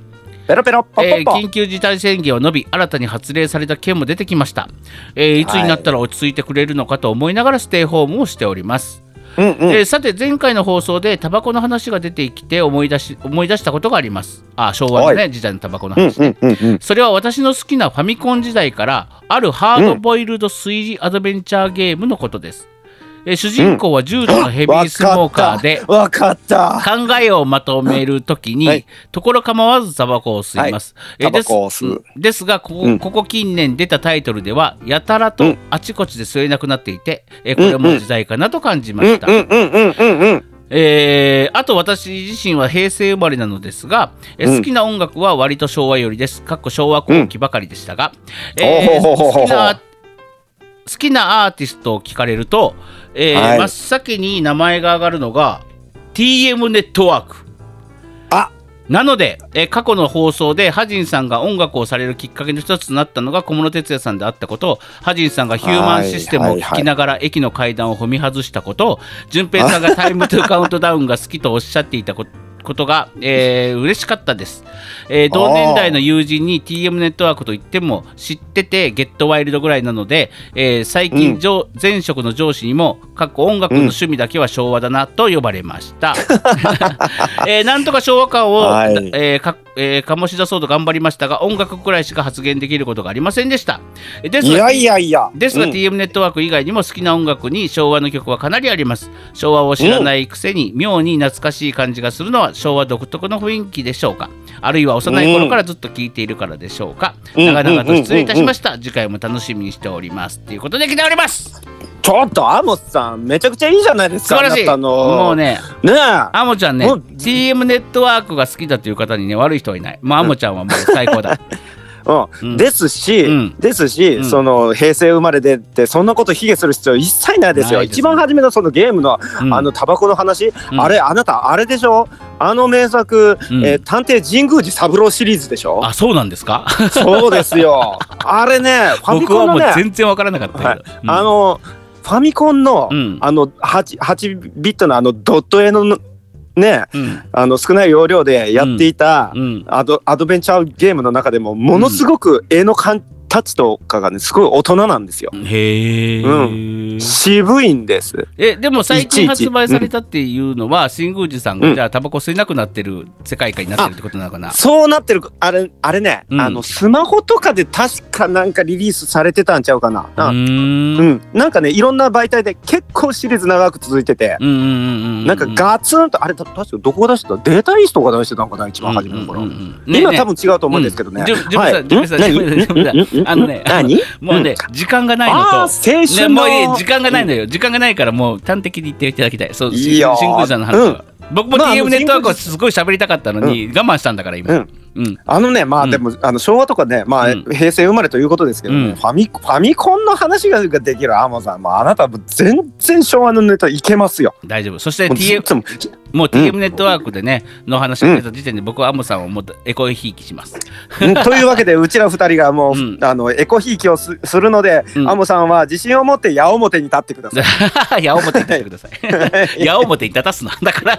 ペロペロポッえーポッポ、 緊急事態宣言を伸び新たに発令された県も出てきました、えーいつになったら落ち着いてくれるのかと思いながらステイホームをしております。 うんうんえーさて前回の放送でタバコの話が出てきて思い出し思い出したことがあります。あ、昭和のね時代のタバコのうん話ね、 うんうんうん、 それは私の好きなファミコン時代からあるハードボイルド推理アドベンチャーゲームのことです。えー主人公は重度のヘビースモーカーで、 わかった考えをまとめるときに、 はいところ構わずタバコを吸います。えータバコを吸うですですがここ、 うんここ近年出たタイトルではやたらとうんあちこちで吸えなくなっていて、えーこれも時代かなと感じました。 うんうんうんうんうんうん、 えーあと私自身は平成生まれなのですが、えーうん好きな音楽は割と昭和寄りですかっこ昭和後期ばかりでしたが、えーほうほうほうほう好きな好きなアーティストを聞かれると、えーはい真っ先に名前が挙がるのが ティーエム ネットワーク。 あ、 なので、えー過去の放送でハジンさんが音楽をされるきっかけの一つとなったのが小室哲哉さんであったことを、ハジンさんがヒューマンシステムを聞きながら駅の階段を踏み外したことを、順平さんがタイムトゥカウントダウンが好きとおっしゃっていたことことが、えー、嬉しかったです、えー同年代の友人に ティーエム ネットワークといっても知っててゲットワイルドぐらいなので、えー最近、上前職の上司にもかっこ音楽の趣味だけは昭和だなと呼ばれました、えーなんとか昭和感を、 はいえーかえー醸し出そうと頑張りましたが音楽くらいしか発言できることがありませんでした。ですがいやいやいや、 ですが、 うんティーエム ネットワーク以外にも好きな音楽に昭和の曲はかなりあります。昭和を知らないくせに妙に懐かしい感じがするのは昭和独特の雰囲気でしょうか、あるいは幼い頃からずっと聴いているからでしょうか、 うん長々と失礼いたしました、次回も楽しみにしておりますということで来ております。 ちょっとアモスさんめちゃくちゃいいじゃないですか。 素晴らしい。 あなたのもうねねえ、 アモちゃんねもうティーエム ネットワークが好きだという方にね悪い人はいない。もうアモちゃんはもう最高だうんうんですし、 うんですし、 うんその平成生まれでってそんなこと卑下する必要一切ないですよ。 ないですね一番初めのそのゲームの、 うんあのタバコの話、 うんあれあなたあれでしょ、あの名作、 うんえー探偵神宮寺三郎シリーズでしょ。 あ、そうなんですかそうですよ。あれね、ファミ僕はもうコンのね、 全然わからなかったけど、 はいうんあのファミコンの、 うんあの 8, 8ビットのあのドット絵のね、 うんあの少ない容量でやっていた、 うんアドアドベンチャーゲームの中でもものすごく絵の感タッチとかがねすごい大人なんですよ。 へえ、 う渋いんです。 えでも最近いちいち発売されたっていうのは新宮寺さんがうんじゃあタバコ吸えなくなってる世界観になってるってことなのかな。 そうなってるあれあれね、 うんあのスマホとかで確かなんかリリースされてたんちゃうかな。 うーんうん、なんかねいろんな媒体で結構シリーズ長く続いてて、 うんうんうんうんなんかガツンとあれた確かどこが出してたデータイースとか出してたんかな一番初めの頃、 うんうんうんうんねえねえ今多分違うと思うんですけどね、 うんじゅじゅんはいじゅんさんじゅんさんんじゅんさん何じゅんさんあのね何もうね時間がないのとあー青春ね、もういいの時間がないのよ、時間がないからもう端的に言っていただきたい。そう、 いいよ新宮さんの話は、僕も テまあィーエム ネットワークは新すごい喋りたかったのに、我慢したんだから今、 うんうんあのねまうんあでも、あの昭和とかねまあ、 うん平成生まれということですけどね、 うんファミファミコンの話ができるアモさんもうあなたはもう全然昭和のネタいけますよ。 大丈夫。そしてもうティーエムいつももう ティーエム ネットワークでね、の話が出た時点で僕はアモさんをもうエコひいきします。 うんというわけでうちら二人がもう、 うんあのエコひいきをすするので、 うんアモさんは自信を持って矢面に立ってください。 矢面に立ってください。矢面に立たすのだから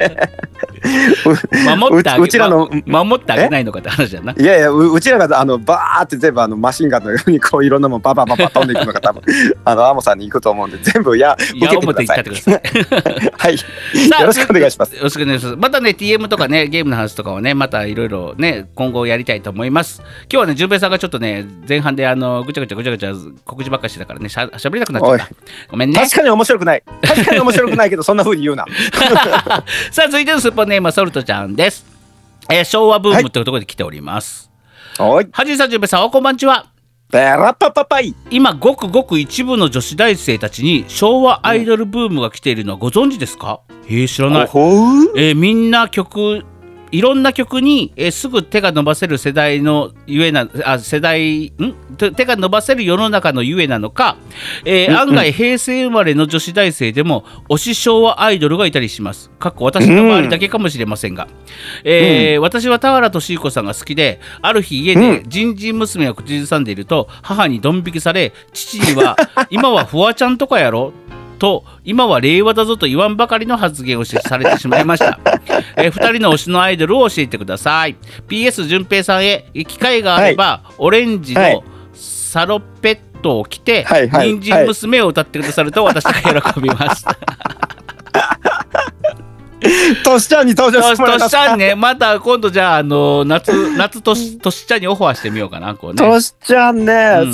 守ってあげううちらのま守ってあげないのかって話だな。 いやいや う, うちらがあのバーって全部あのマシンガンのようにこういろんなもんババババ飛んでいくのが多分あのアモさんに行くと思うんで全部や受矢けて面にくだ立っさい。 てください。 はい、 さあよろしくお願いします。 よろしくお願いします。またね、ティーエム とかね、ゲームの話とかをね、またいろいろね、今後やりたいと思います。今日はね、順平さんがちょっとね、前半であのぐちゃぐちゃぐちゃぐちゃ告知ばっかりしてたからね、しゃしゃべりなくなっちゃった。ごめんね。 確かに面白くない確かに面白くないけどそんな風に言うな。 さあ、続いてのスーパーネームはソルトちゃんです。えー昭和ブームというところで来ております。 おいはじいさん、順平さん、おこんばんちは。 ペラパパパイ。 今ごくごく一部の女子大生たちに昭和アイドルブームが来ているのはご存知ですか？えー、知らない。 ほうえーみんな曲いろんな曲に、えーすぐ手が伸ばせる世代のゆえなあ世代ん手手が伸ばせる世の中のゆえなのか、えー案外平成生まれの女子大生でも推し昭和アイドルがいたりします。かっこ私の周りだけかもしれませんが、えー私は田原俊彦さんが好きで、ある日家で人参娘を口ずさんでいると母にドン引きされ、父には今はフワちゃんとかやろと今は令和だぞと言わんばかりの発言をしされてしまいました。えー、ふたりの推しのアイドルを教えてください。 ピーエス 順平さんへ機会があれば、はい、オレンジのサロペットを着て、はいはい、人参娘を歌ってくださると私が喜びます。 トシちゃんに登場してもらいます。 トシちゃんね、また今度じゃあ、あの夏夏トシトシちゃんにオファーしてみようかな。こうね、 トシちゃんね、うん、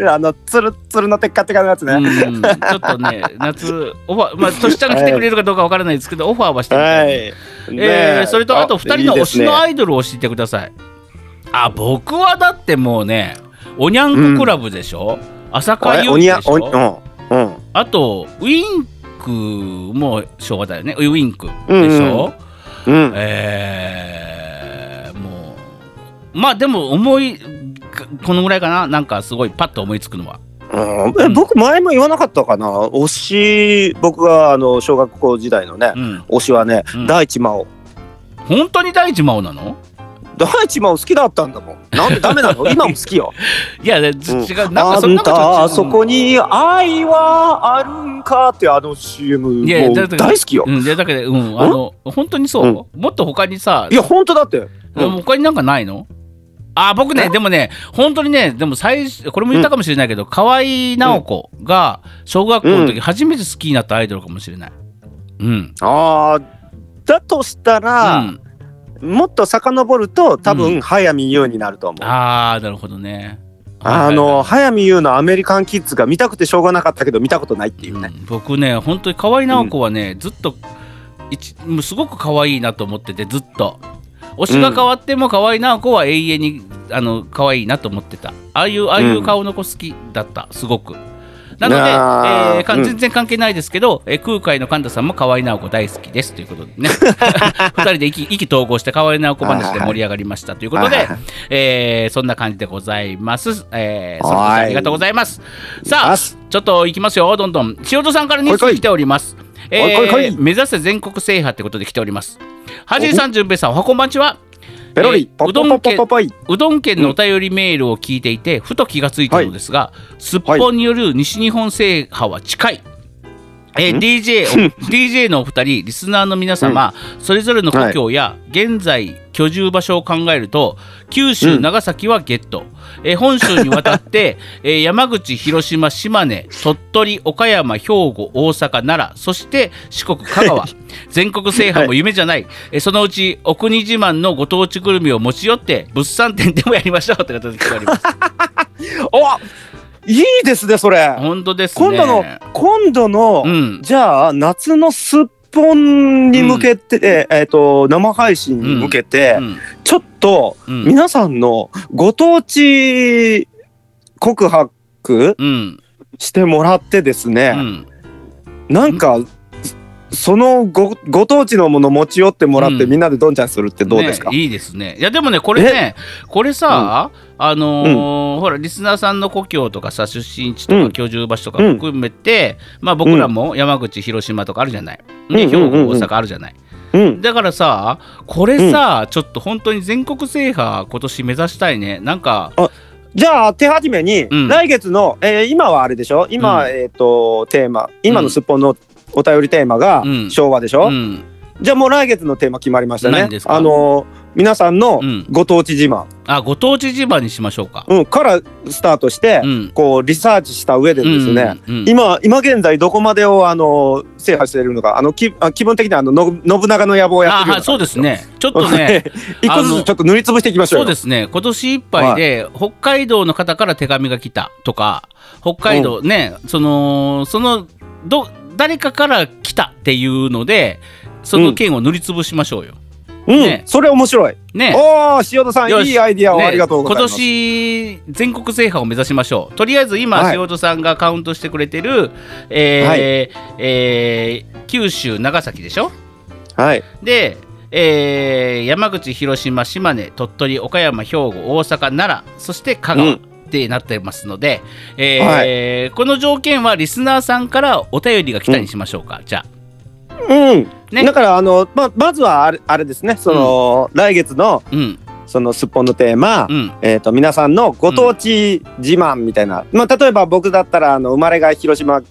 あのつるつるのテッカテカのやつね、うん、 ちょっとね夏オファー、まあトシちゃんが来てくれるかどうかわからないですけど、はい、オファーはしてみたい、はい、えー、それとあとふたりの推しのアイドルを教えてください。いいですね。あ、僕はだってもうね、おにゃんこクラブでしょ、うん、浅香唯でしょ、うんうん、あとウィンクも昭和だよね、ウィンクでしょ、うんうん、えー、もうまあでも思いこのぐらいかな、なんかすごいパッと思いつくのは、 うん、僕前も言わなかったかな、推し、僕があの小学校時代のね、うん、推しはね、うん、大地真央。 本当に大地真央なの？ 大地真央好きだったんだもん。なんでダメなの？今も好きよ。 いや、違う、なんかそんなこと、あんたそこに愛はあるんかってあの シーエム もう大好きよ。 うん、いやだけど、うん、あの本当にそう、うん、もっと他にさ、 いや本当だって、 うん、他になんかないの？あ、僕ね、でもね、本当にね、でも最初これも言ったかもしれないけど、うん、河合直子が小学校の時初めて好きになったアイドルかもしれない。うん。 ああ、だとしたら。うん、もっと遡ると多分、うん、早見優になると思う。 ああ、なるほどね。 あの、はいはいはい、早見優のアメリカンキッズが見たくてしょうがなかったけど見たことないっていうね、 うん、僕ね本当に河合直子はね、うん、ずっとすごく可愛いなと思ってて、ずっと推しが変わっても河合直子は永遠にあの可愛いなと思ってた。ああいうああいう顔の子好きだった、すごく。なので、えー、全然関係ないですけど、うん、えー、空海の神田さんも河合直子大好きですということでねふたりで意気、意気投合して河合直子話で盛り上がりましたということで、えー、そんな感じでございます。えー、そのことありがとうございます。さあちょっといきますよ、どんどん。塩戸さんからニュース来ております。えー、目指せ全国制覇ってことで来ております。はじいさん、じゅんぺいさん、おはこんばんちは。 ペロリ、 えー、うどん県うどん県のお便りメールを聞いていて、うん、ふと気がついたのですが、すっぽんによる西日本制覇は近い。えー、ディージェー ディージェー のお二人、リスナーの皆様、うん、それぞれの故郷や現在居住場所を考えると、九州、長崎はゲット、えー、本州にわたって、えー、山口、広島、島根、鳥取、岡山、兵庫、大阪、奈良、そして四国、香川全国制覇も夢じゃない、はい、えー、そのうちお国自慢のご当地グルメを持ち寄って物産展でもやりましょうという形で来ておりますお、いいですねそれ。 本当ですね。 今度の今度の、うん、じゃあ夏のすっぽんに向けて、うん、えーと生配信に向けて、うんうん、ちょっと、うん、皆さんのご当地告白、うん、してもらってですね、うん、なんか、うん、その ご, ご当地のもの持ち寄ってもらって、うん、みんなでどんちゃんするってどうですか？ ね、いいですね。いやでもねこれねこれさ、うん、あのーうん、ほらリスナーさんの故郷とかさ出身地とか居住場所とか含めて、うん、まあ僕らも山口広島とかあるじゃない、うん、で兵庫大阪あるじゃない、うん、だからさこれさ、うん、ちょっと本当に全国制覇今年目指したいね。なんかじゃあ手始めに、うん、来月の、えー、今はあれでしょ今、うん、えっ、ー、とテーマ今のすっぽんのお便りテーマが昭和でしょ、うんうん、じゃあもう来月のテーマ決まりましたね。 何ですか？ あのー、皆さんのご当地自慢、うん、 あご当地自慢にしましょうか、 うん、からスタートして、うん、こうリサーチした上でですね、うんうんうん、今今現在どこまでをあの制覇しているのか、あの気気分的にはあのの信長の野望をやってるような。 あそうですね、ちょっとね一個ずつちょっと塗りつぶしていきましょうよ。 そうですね、今年いっぱいで、はい、北海道の方から手紙が来たとか、北海道ね、うん、そのそのど誰かから来たっていうのでその件を塗りつぶしましょうよ、 うんね、それ面白いね。おー塩田さんいいアイディアをありがとうございます、 ね、今年全国制覇を目指しましょう。とりあえず今、はい、塩田さんがカウントしてくれてる、えーはいえー、九州長崎でしょ、 はい、 で、えー、山口広島島根鳥取岡山兵庫大阪奈良そして香川、うんってなってますので、えーはい、この条件はリスナーさんからお便りが来たにしましょうか、うん、じゃあうんね、だからあの ま, まずはあれ、あれですねその、うん、来月の、うん、そのすっぽんのテーマ、うんえー、と皆さんのご当地自慢みたいな、うんまあ、例えば僕だったらあの生まれが広島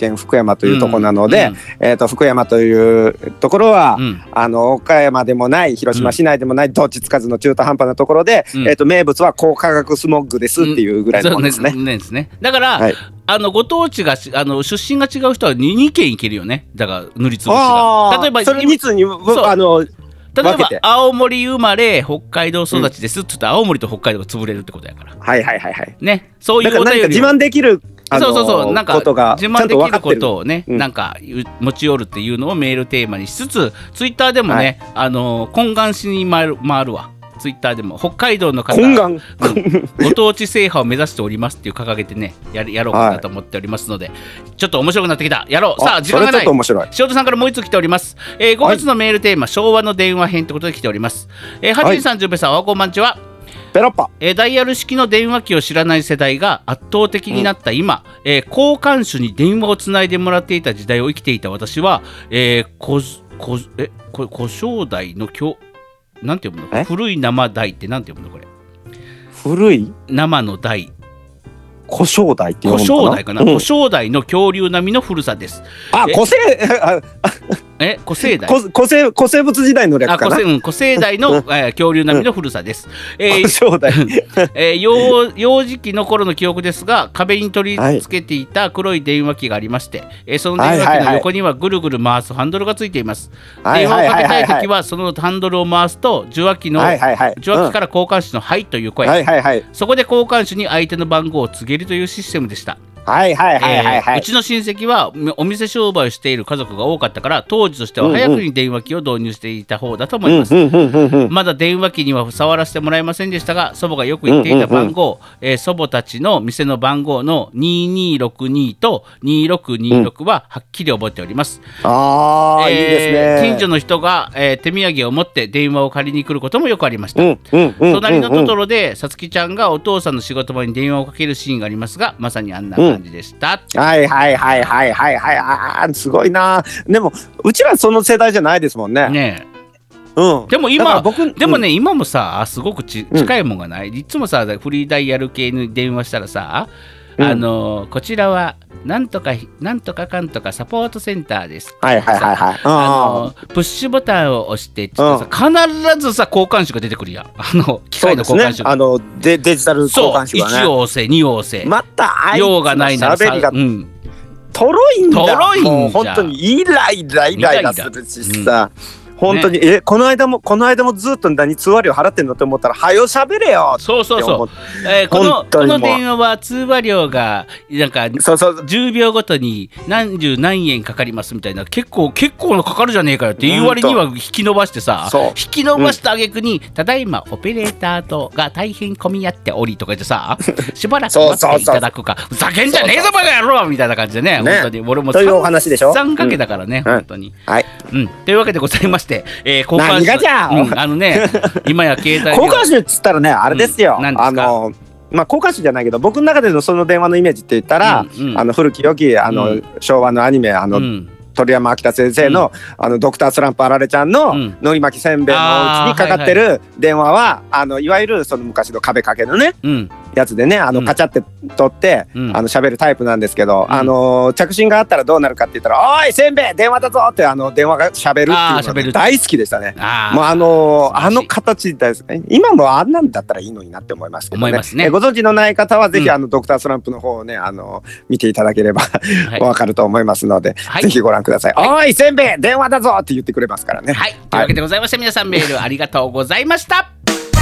県福山というところなので、 うんえー、と福山というところは、 うん、 あの岡山でもない広島市内でもない、どっちつかずの中途半端なところで、 うんえー、と名物は高化学スモッグですっていうぐらいのものですね。 そうですね。だから、 はい、 あのご当地があの出身が違う人は に, に軒行けるよね。だから塗りつぶしが。例えばそれにつにあの例えば青森生まれ北海道育ちですって言ったら、青森と北海道が潰れるってことやから。 はいはいはいはいね、そういうだから何か自慢できるあのそうそうそう、なんかことが自慢できることをね、 うん、 なんか持ち寄るっていうのをメールテーマにしつつ、ツイッターでもね、はい、あの懇願しに回る、回るわ。ツイッターでも北海道の方、 懇願、 うん、ご当地制覇を目指しておりますっていう掲げてね や, やろうかなと思っておりますので、はい、ちょっと面白くなってきた。やろう。さあ時間がない。塩田さんからもう一つ来ております、えー、ごがつのメールテーマ、はい、昭和の電話編ということで来ております、えー、はちじさんじゅうべいさん、おはこんばんちは。 ペロッパ、 えー、ダイヤル式の電話機を知らない世代が圧倒的になった今、うん、えー、交換手に電話をつないでもらっていた時代を生きていた私は、えー、ここえこ古正代の今日なんて読むの？古い生台ってなんて読むのこれ？ 古い生の台。 古正代って読むのかな？古正代かな、うん、古正代の恐竜並みの古さです。 あ、古生え、古生代。 古生古生物時代の略かな。 あ、古生、うん、古生代の、えー、恐竜並みの古さです。 えー、古正代。 えー、幼幼児期の頃の記憶ですが、壁に取り付けていた黒い電話機がありまして、えー、その電話機の横にはぐるぐる回すハンドルがついています。電話をかけたいときはそのハンドルを回すと受話器の、はいはいはい、受話器から交換手のはいという声、はいはいはい、そこで交換手に相手の番号を告げるというシステムでした。 はいはいはいはい、はい、 うちの親戚はお店商売をしている家族が多かったから、当時としては早くに電話機を導入していた方だと思います。まだ電話機には触らせてもらえませんでしたが、祖母がよく言っていた番号、えー、祖母たちの店の番号のににろくにとにろくにろくははっきり覚えております。 うん、あー、えー、いいですね。 近所の人が、えー、手土産を持って電話を借りに来ることもよくありました。隣のトトロでさつきちゃんがお父さんの仕事場に電話をかけるシーンがありますが、まさにあんな感じでした。 うん、はいはいはいはいはいはい、あー、すごいな。でもうちらその世代じゃないですもんね。 ねえ、うん、 でも今僕でもね、うん、今もさすごくち近いもんがない、うん、いつもさフリーダイヤル系に電話したらさ、うん、あのこちらはなんとかなんとかかんとかサポートセンターです。 はいはいはいはい。 あのプッシュボタンを押してちょっとさ、うん、必ずさ交換手が出てくるやん。あの機械の交換手、 ね、あの デ, デジタル交換手がね。 いちを押せにを押せ。 またあいつ用がないならさ、 が、 うん、 とろいんだ。 とろいんじゃ。 もう本当にイライライライラするしさ。本当に、ね、えこの間もこの間もずっと何通話料払ってんのって思ったらはよしゃべれよ。 そうそうそう、えー、このこの電話は通話料がなんかそうそうじゅうびょうごとに何十何円かかりますみたいな、結構結構のかかるじゃねえかよっていう割には引き伸ばしてさ、引き伸ばした挙句に、うん、ただいまオペレーターとが大変混み合っておりとか言ってさしばらく待っていただくか、ふざけんじゃねえぞバカ野郎みたいな感じでね、ね、本当に俺もというお話でしょ。 さんかけだからね、うん、本当に、 はい、 うん、というわけでございまして、えー、交換何がじゃ、 うん、あのね今や携帯交換手っつったらねあれですよ、 うん、何ですか。 あのまあ交換手じゃないけど僕の中でのその電話のイメージって言ったら、うんうん、あの古き良きあの、うん、昭和のアニメあの、うん、鳥山明先生の、うん、あのドクタースランプあられちゃんの、うん、のり巻きせんべいのうちにかかってる電話は、はいはい、あのいわゆるその昔の壁掛けのね、うん、やつでね、あのカチャって取って、うん、あの喋るタイプなんですけど、うん、あの着信があったらどうなるかって言ったら、おいせんべい電話だぞってあの電話が喋るっていうのが大好きでしたね。あもうあのあの形ですね。今もあんなんだったらいいのになって思いますけどね。 思いますね。 えご存知のない方はぜひ、うん、あのドクタースランプの方をねあの見ていただければはい、わかると思いますので、はい、ぜひご覧ください。はい、おいせんべい電話だぞって言ってくれますからね。 はい、というわけでございまして、皆さんメールありがとうございました。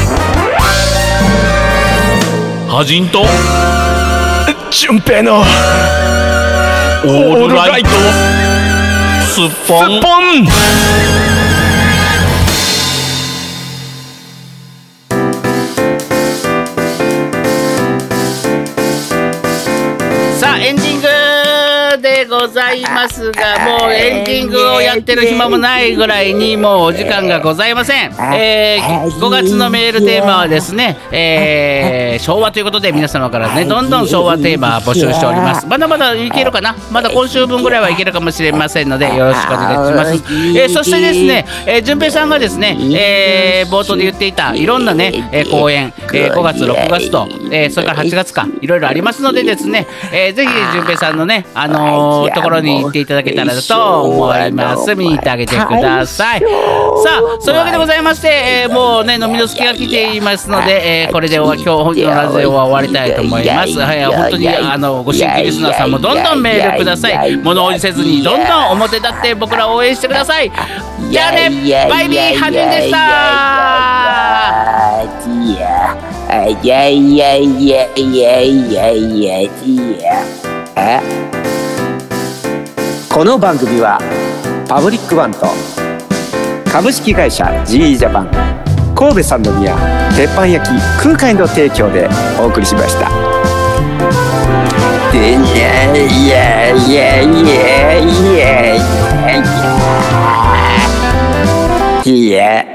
はじんと純平のオールライトスッポンポン。さあエンディングでございまますが、もうエンディングをやってる暇もないぐらいにもうお時間がございません。えー、ごがつのメールテーマはですね、えー、昭和ということで皆様からねどんどん昭和テーマ募集しております。まだまだいけるかな、まだ今週分ぐらいはいけるかもしれませんのでよろしくお願いします。えー、そしてですね、えー、順平さんがですね、えー、冒頭で言っていたいろんなね、えー、公演、えー、ごがつろくがつと、えー、それからはちがつかいろいろありますのでですね、えー、ぜひ順平さんのね、あのー、ところに行っていただけたらと思います。見に行ってあげてください。さあ、そういうわけでございまして、えー、もうね飲みの隙が来ていますので、えー、これで今日本日のラジオは終わりたいと思います。はい、本当にあのご新規リスナーさんもどんどんメールください。物おじせずにどんどん表立って僕らを応援してください。じゃあね、バイビー、はじめでした。 いやいやいやいやいやいやいや。この番組はパブリックバンド株式会社 ジーイー ジャパン神戸三宮鉄板焼き空海の提供でお送りしました。いやいやいやいやいやいやいや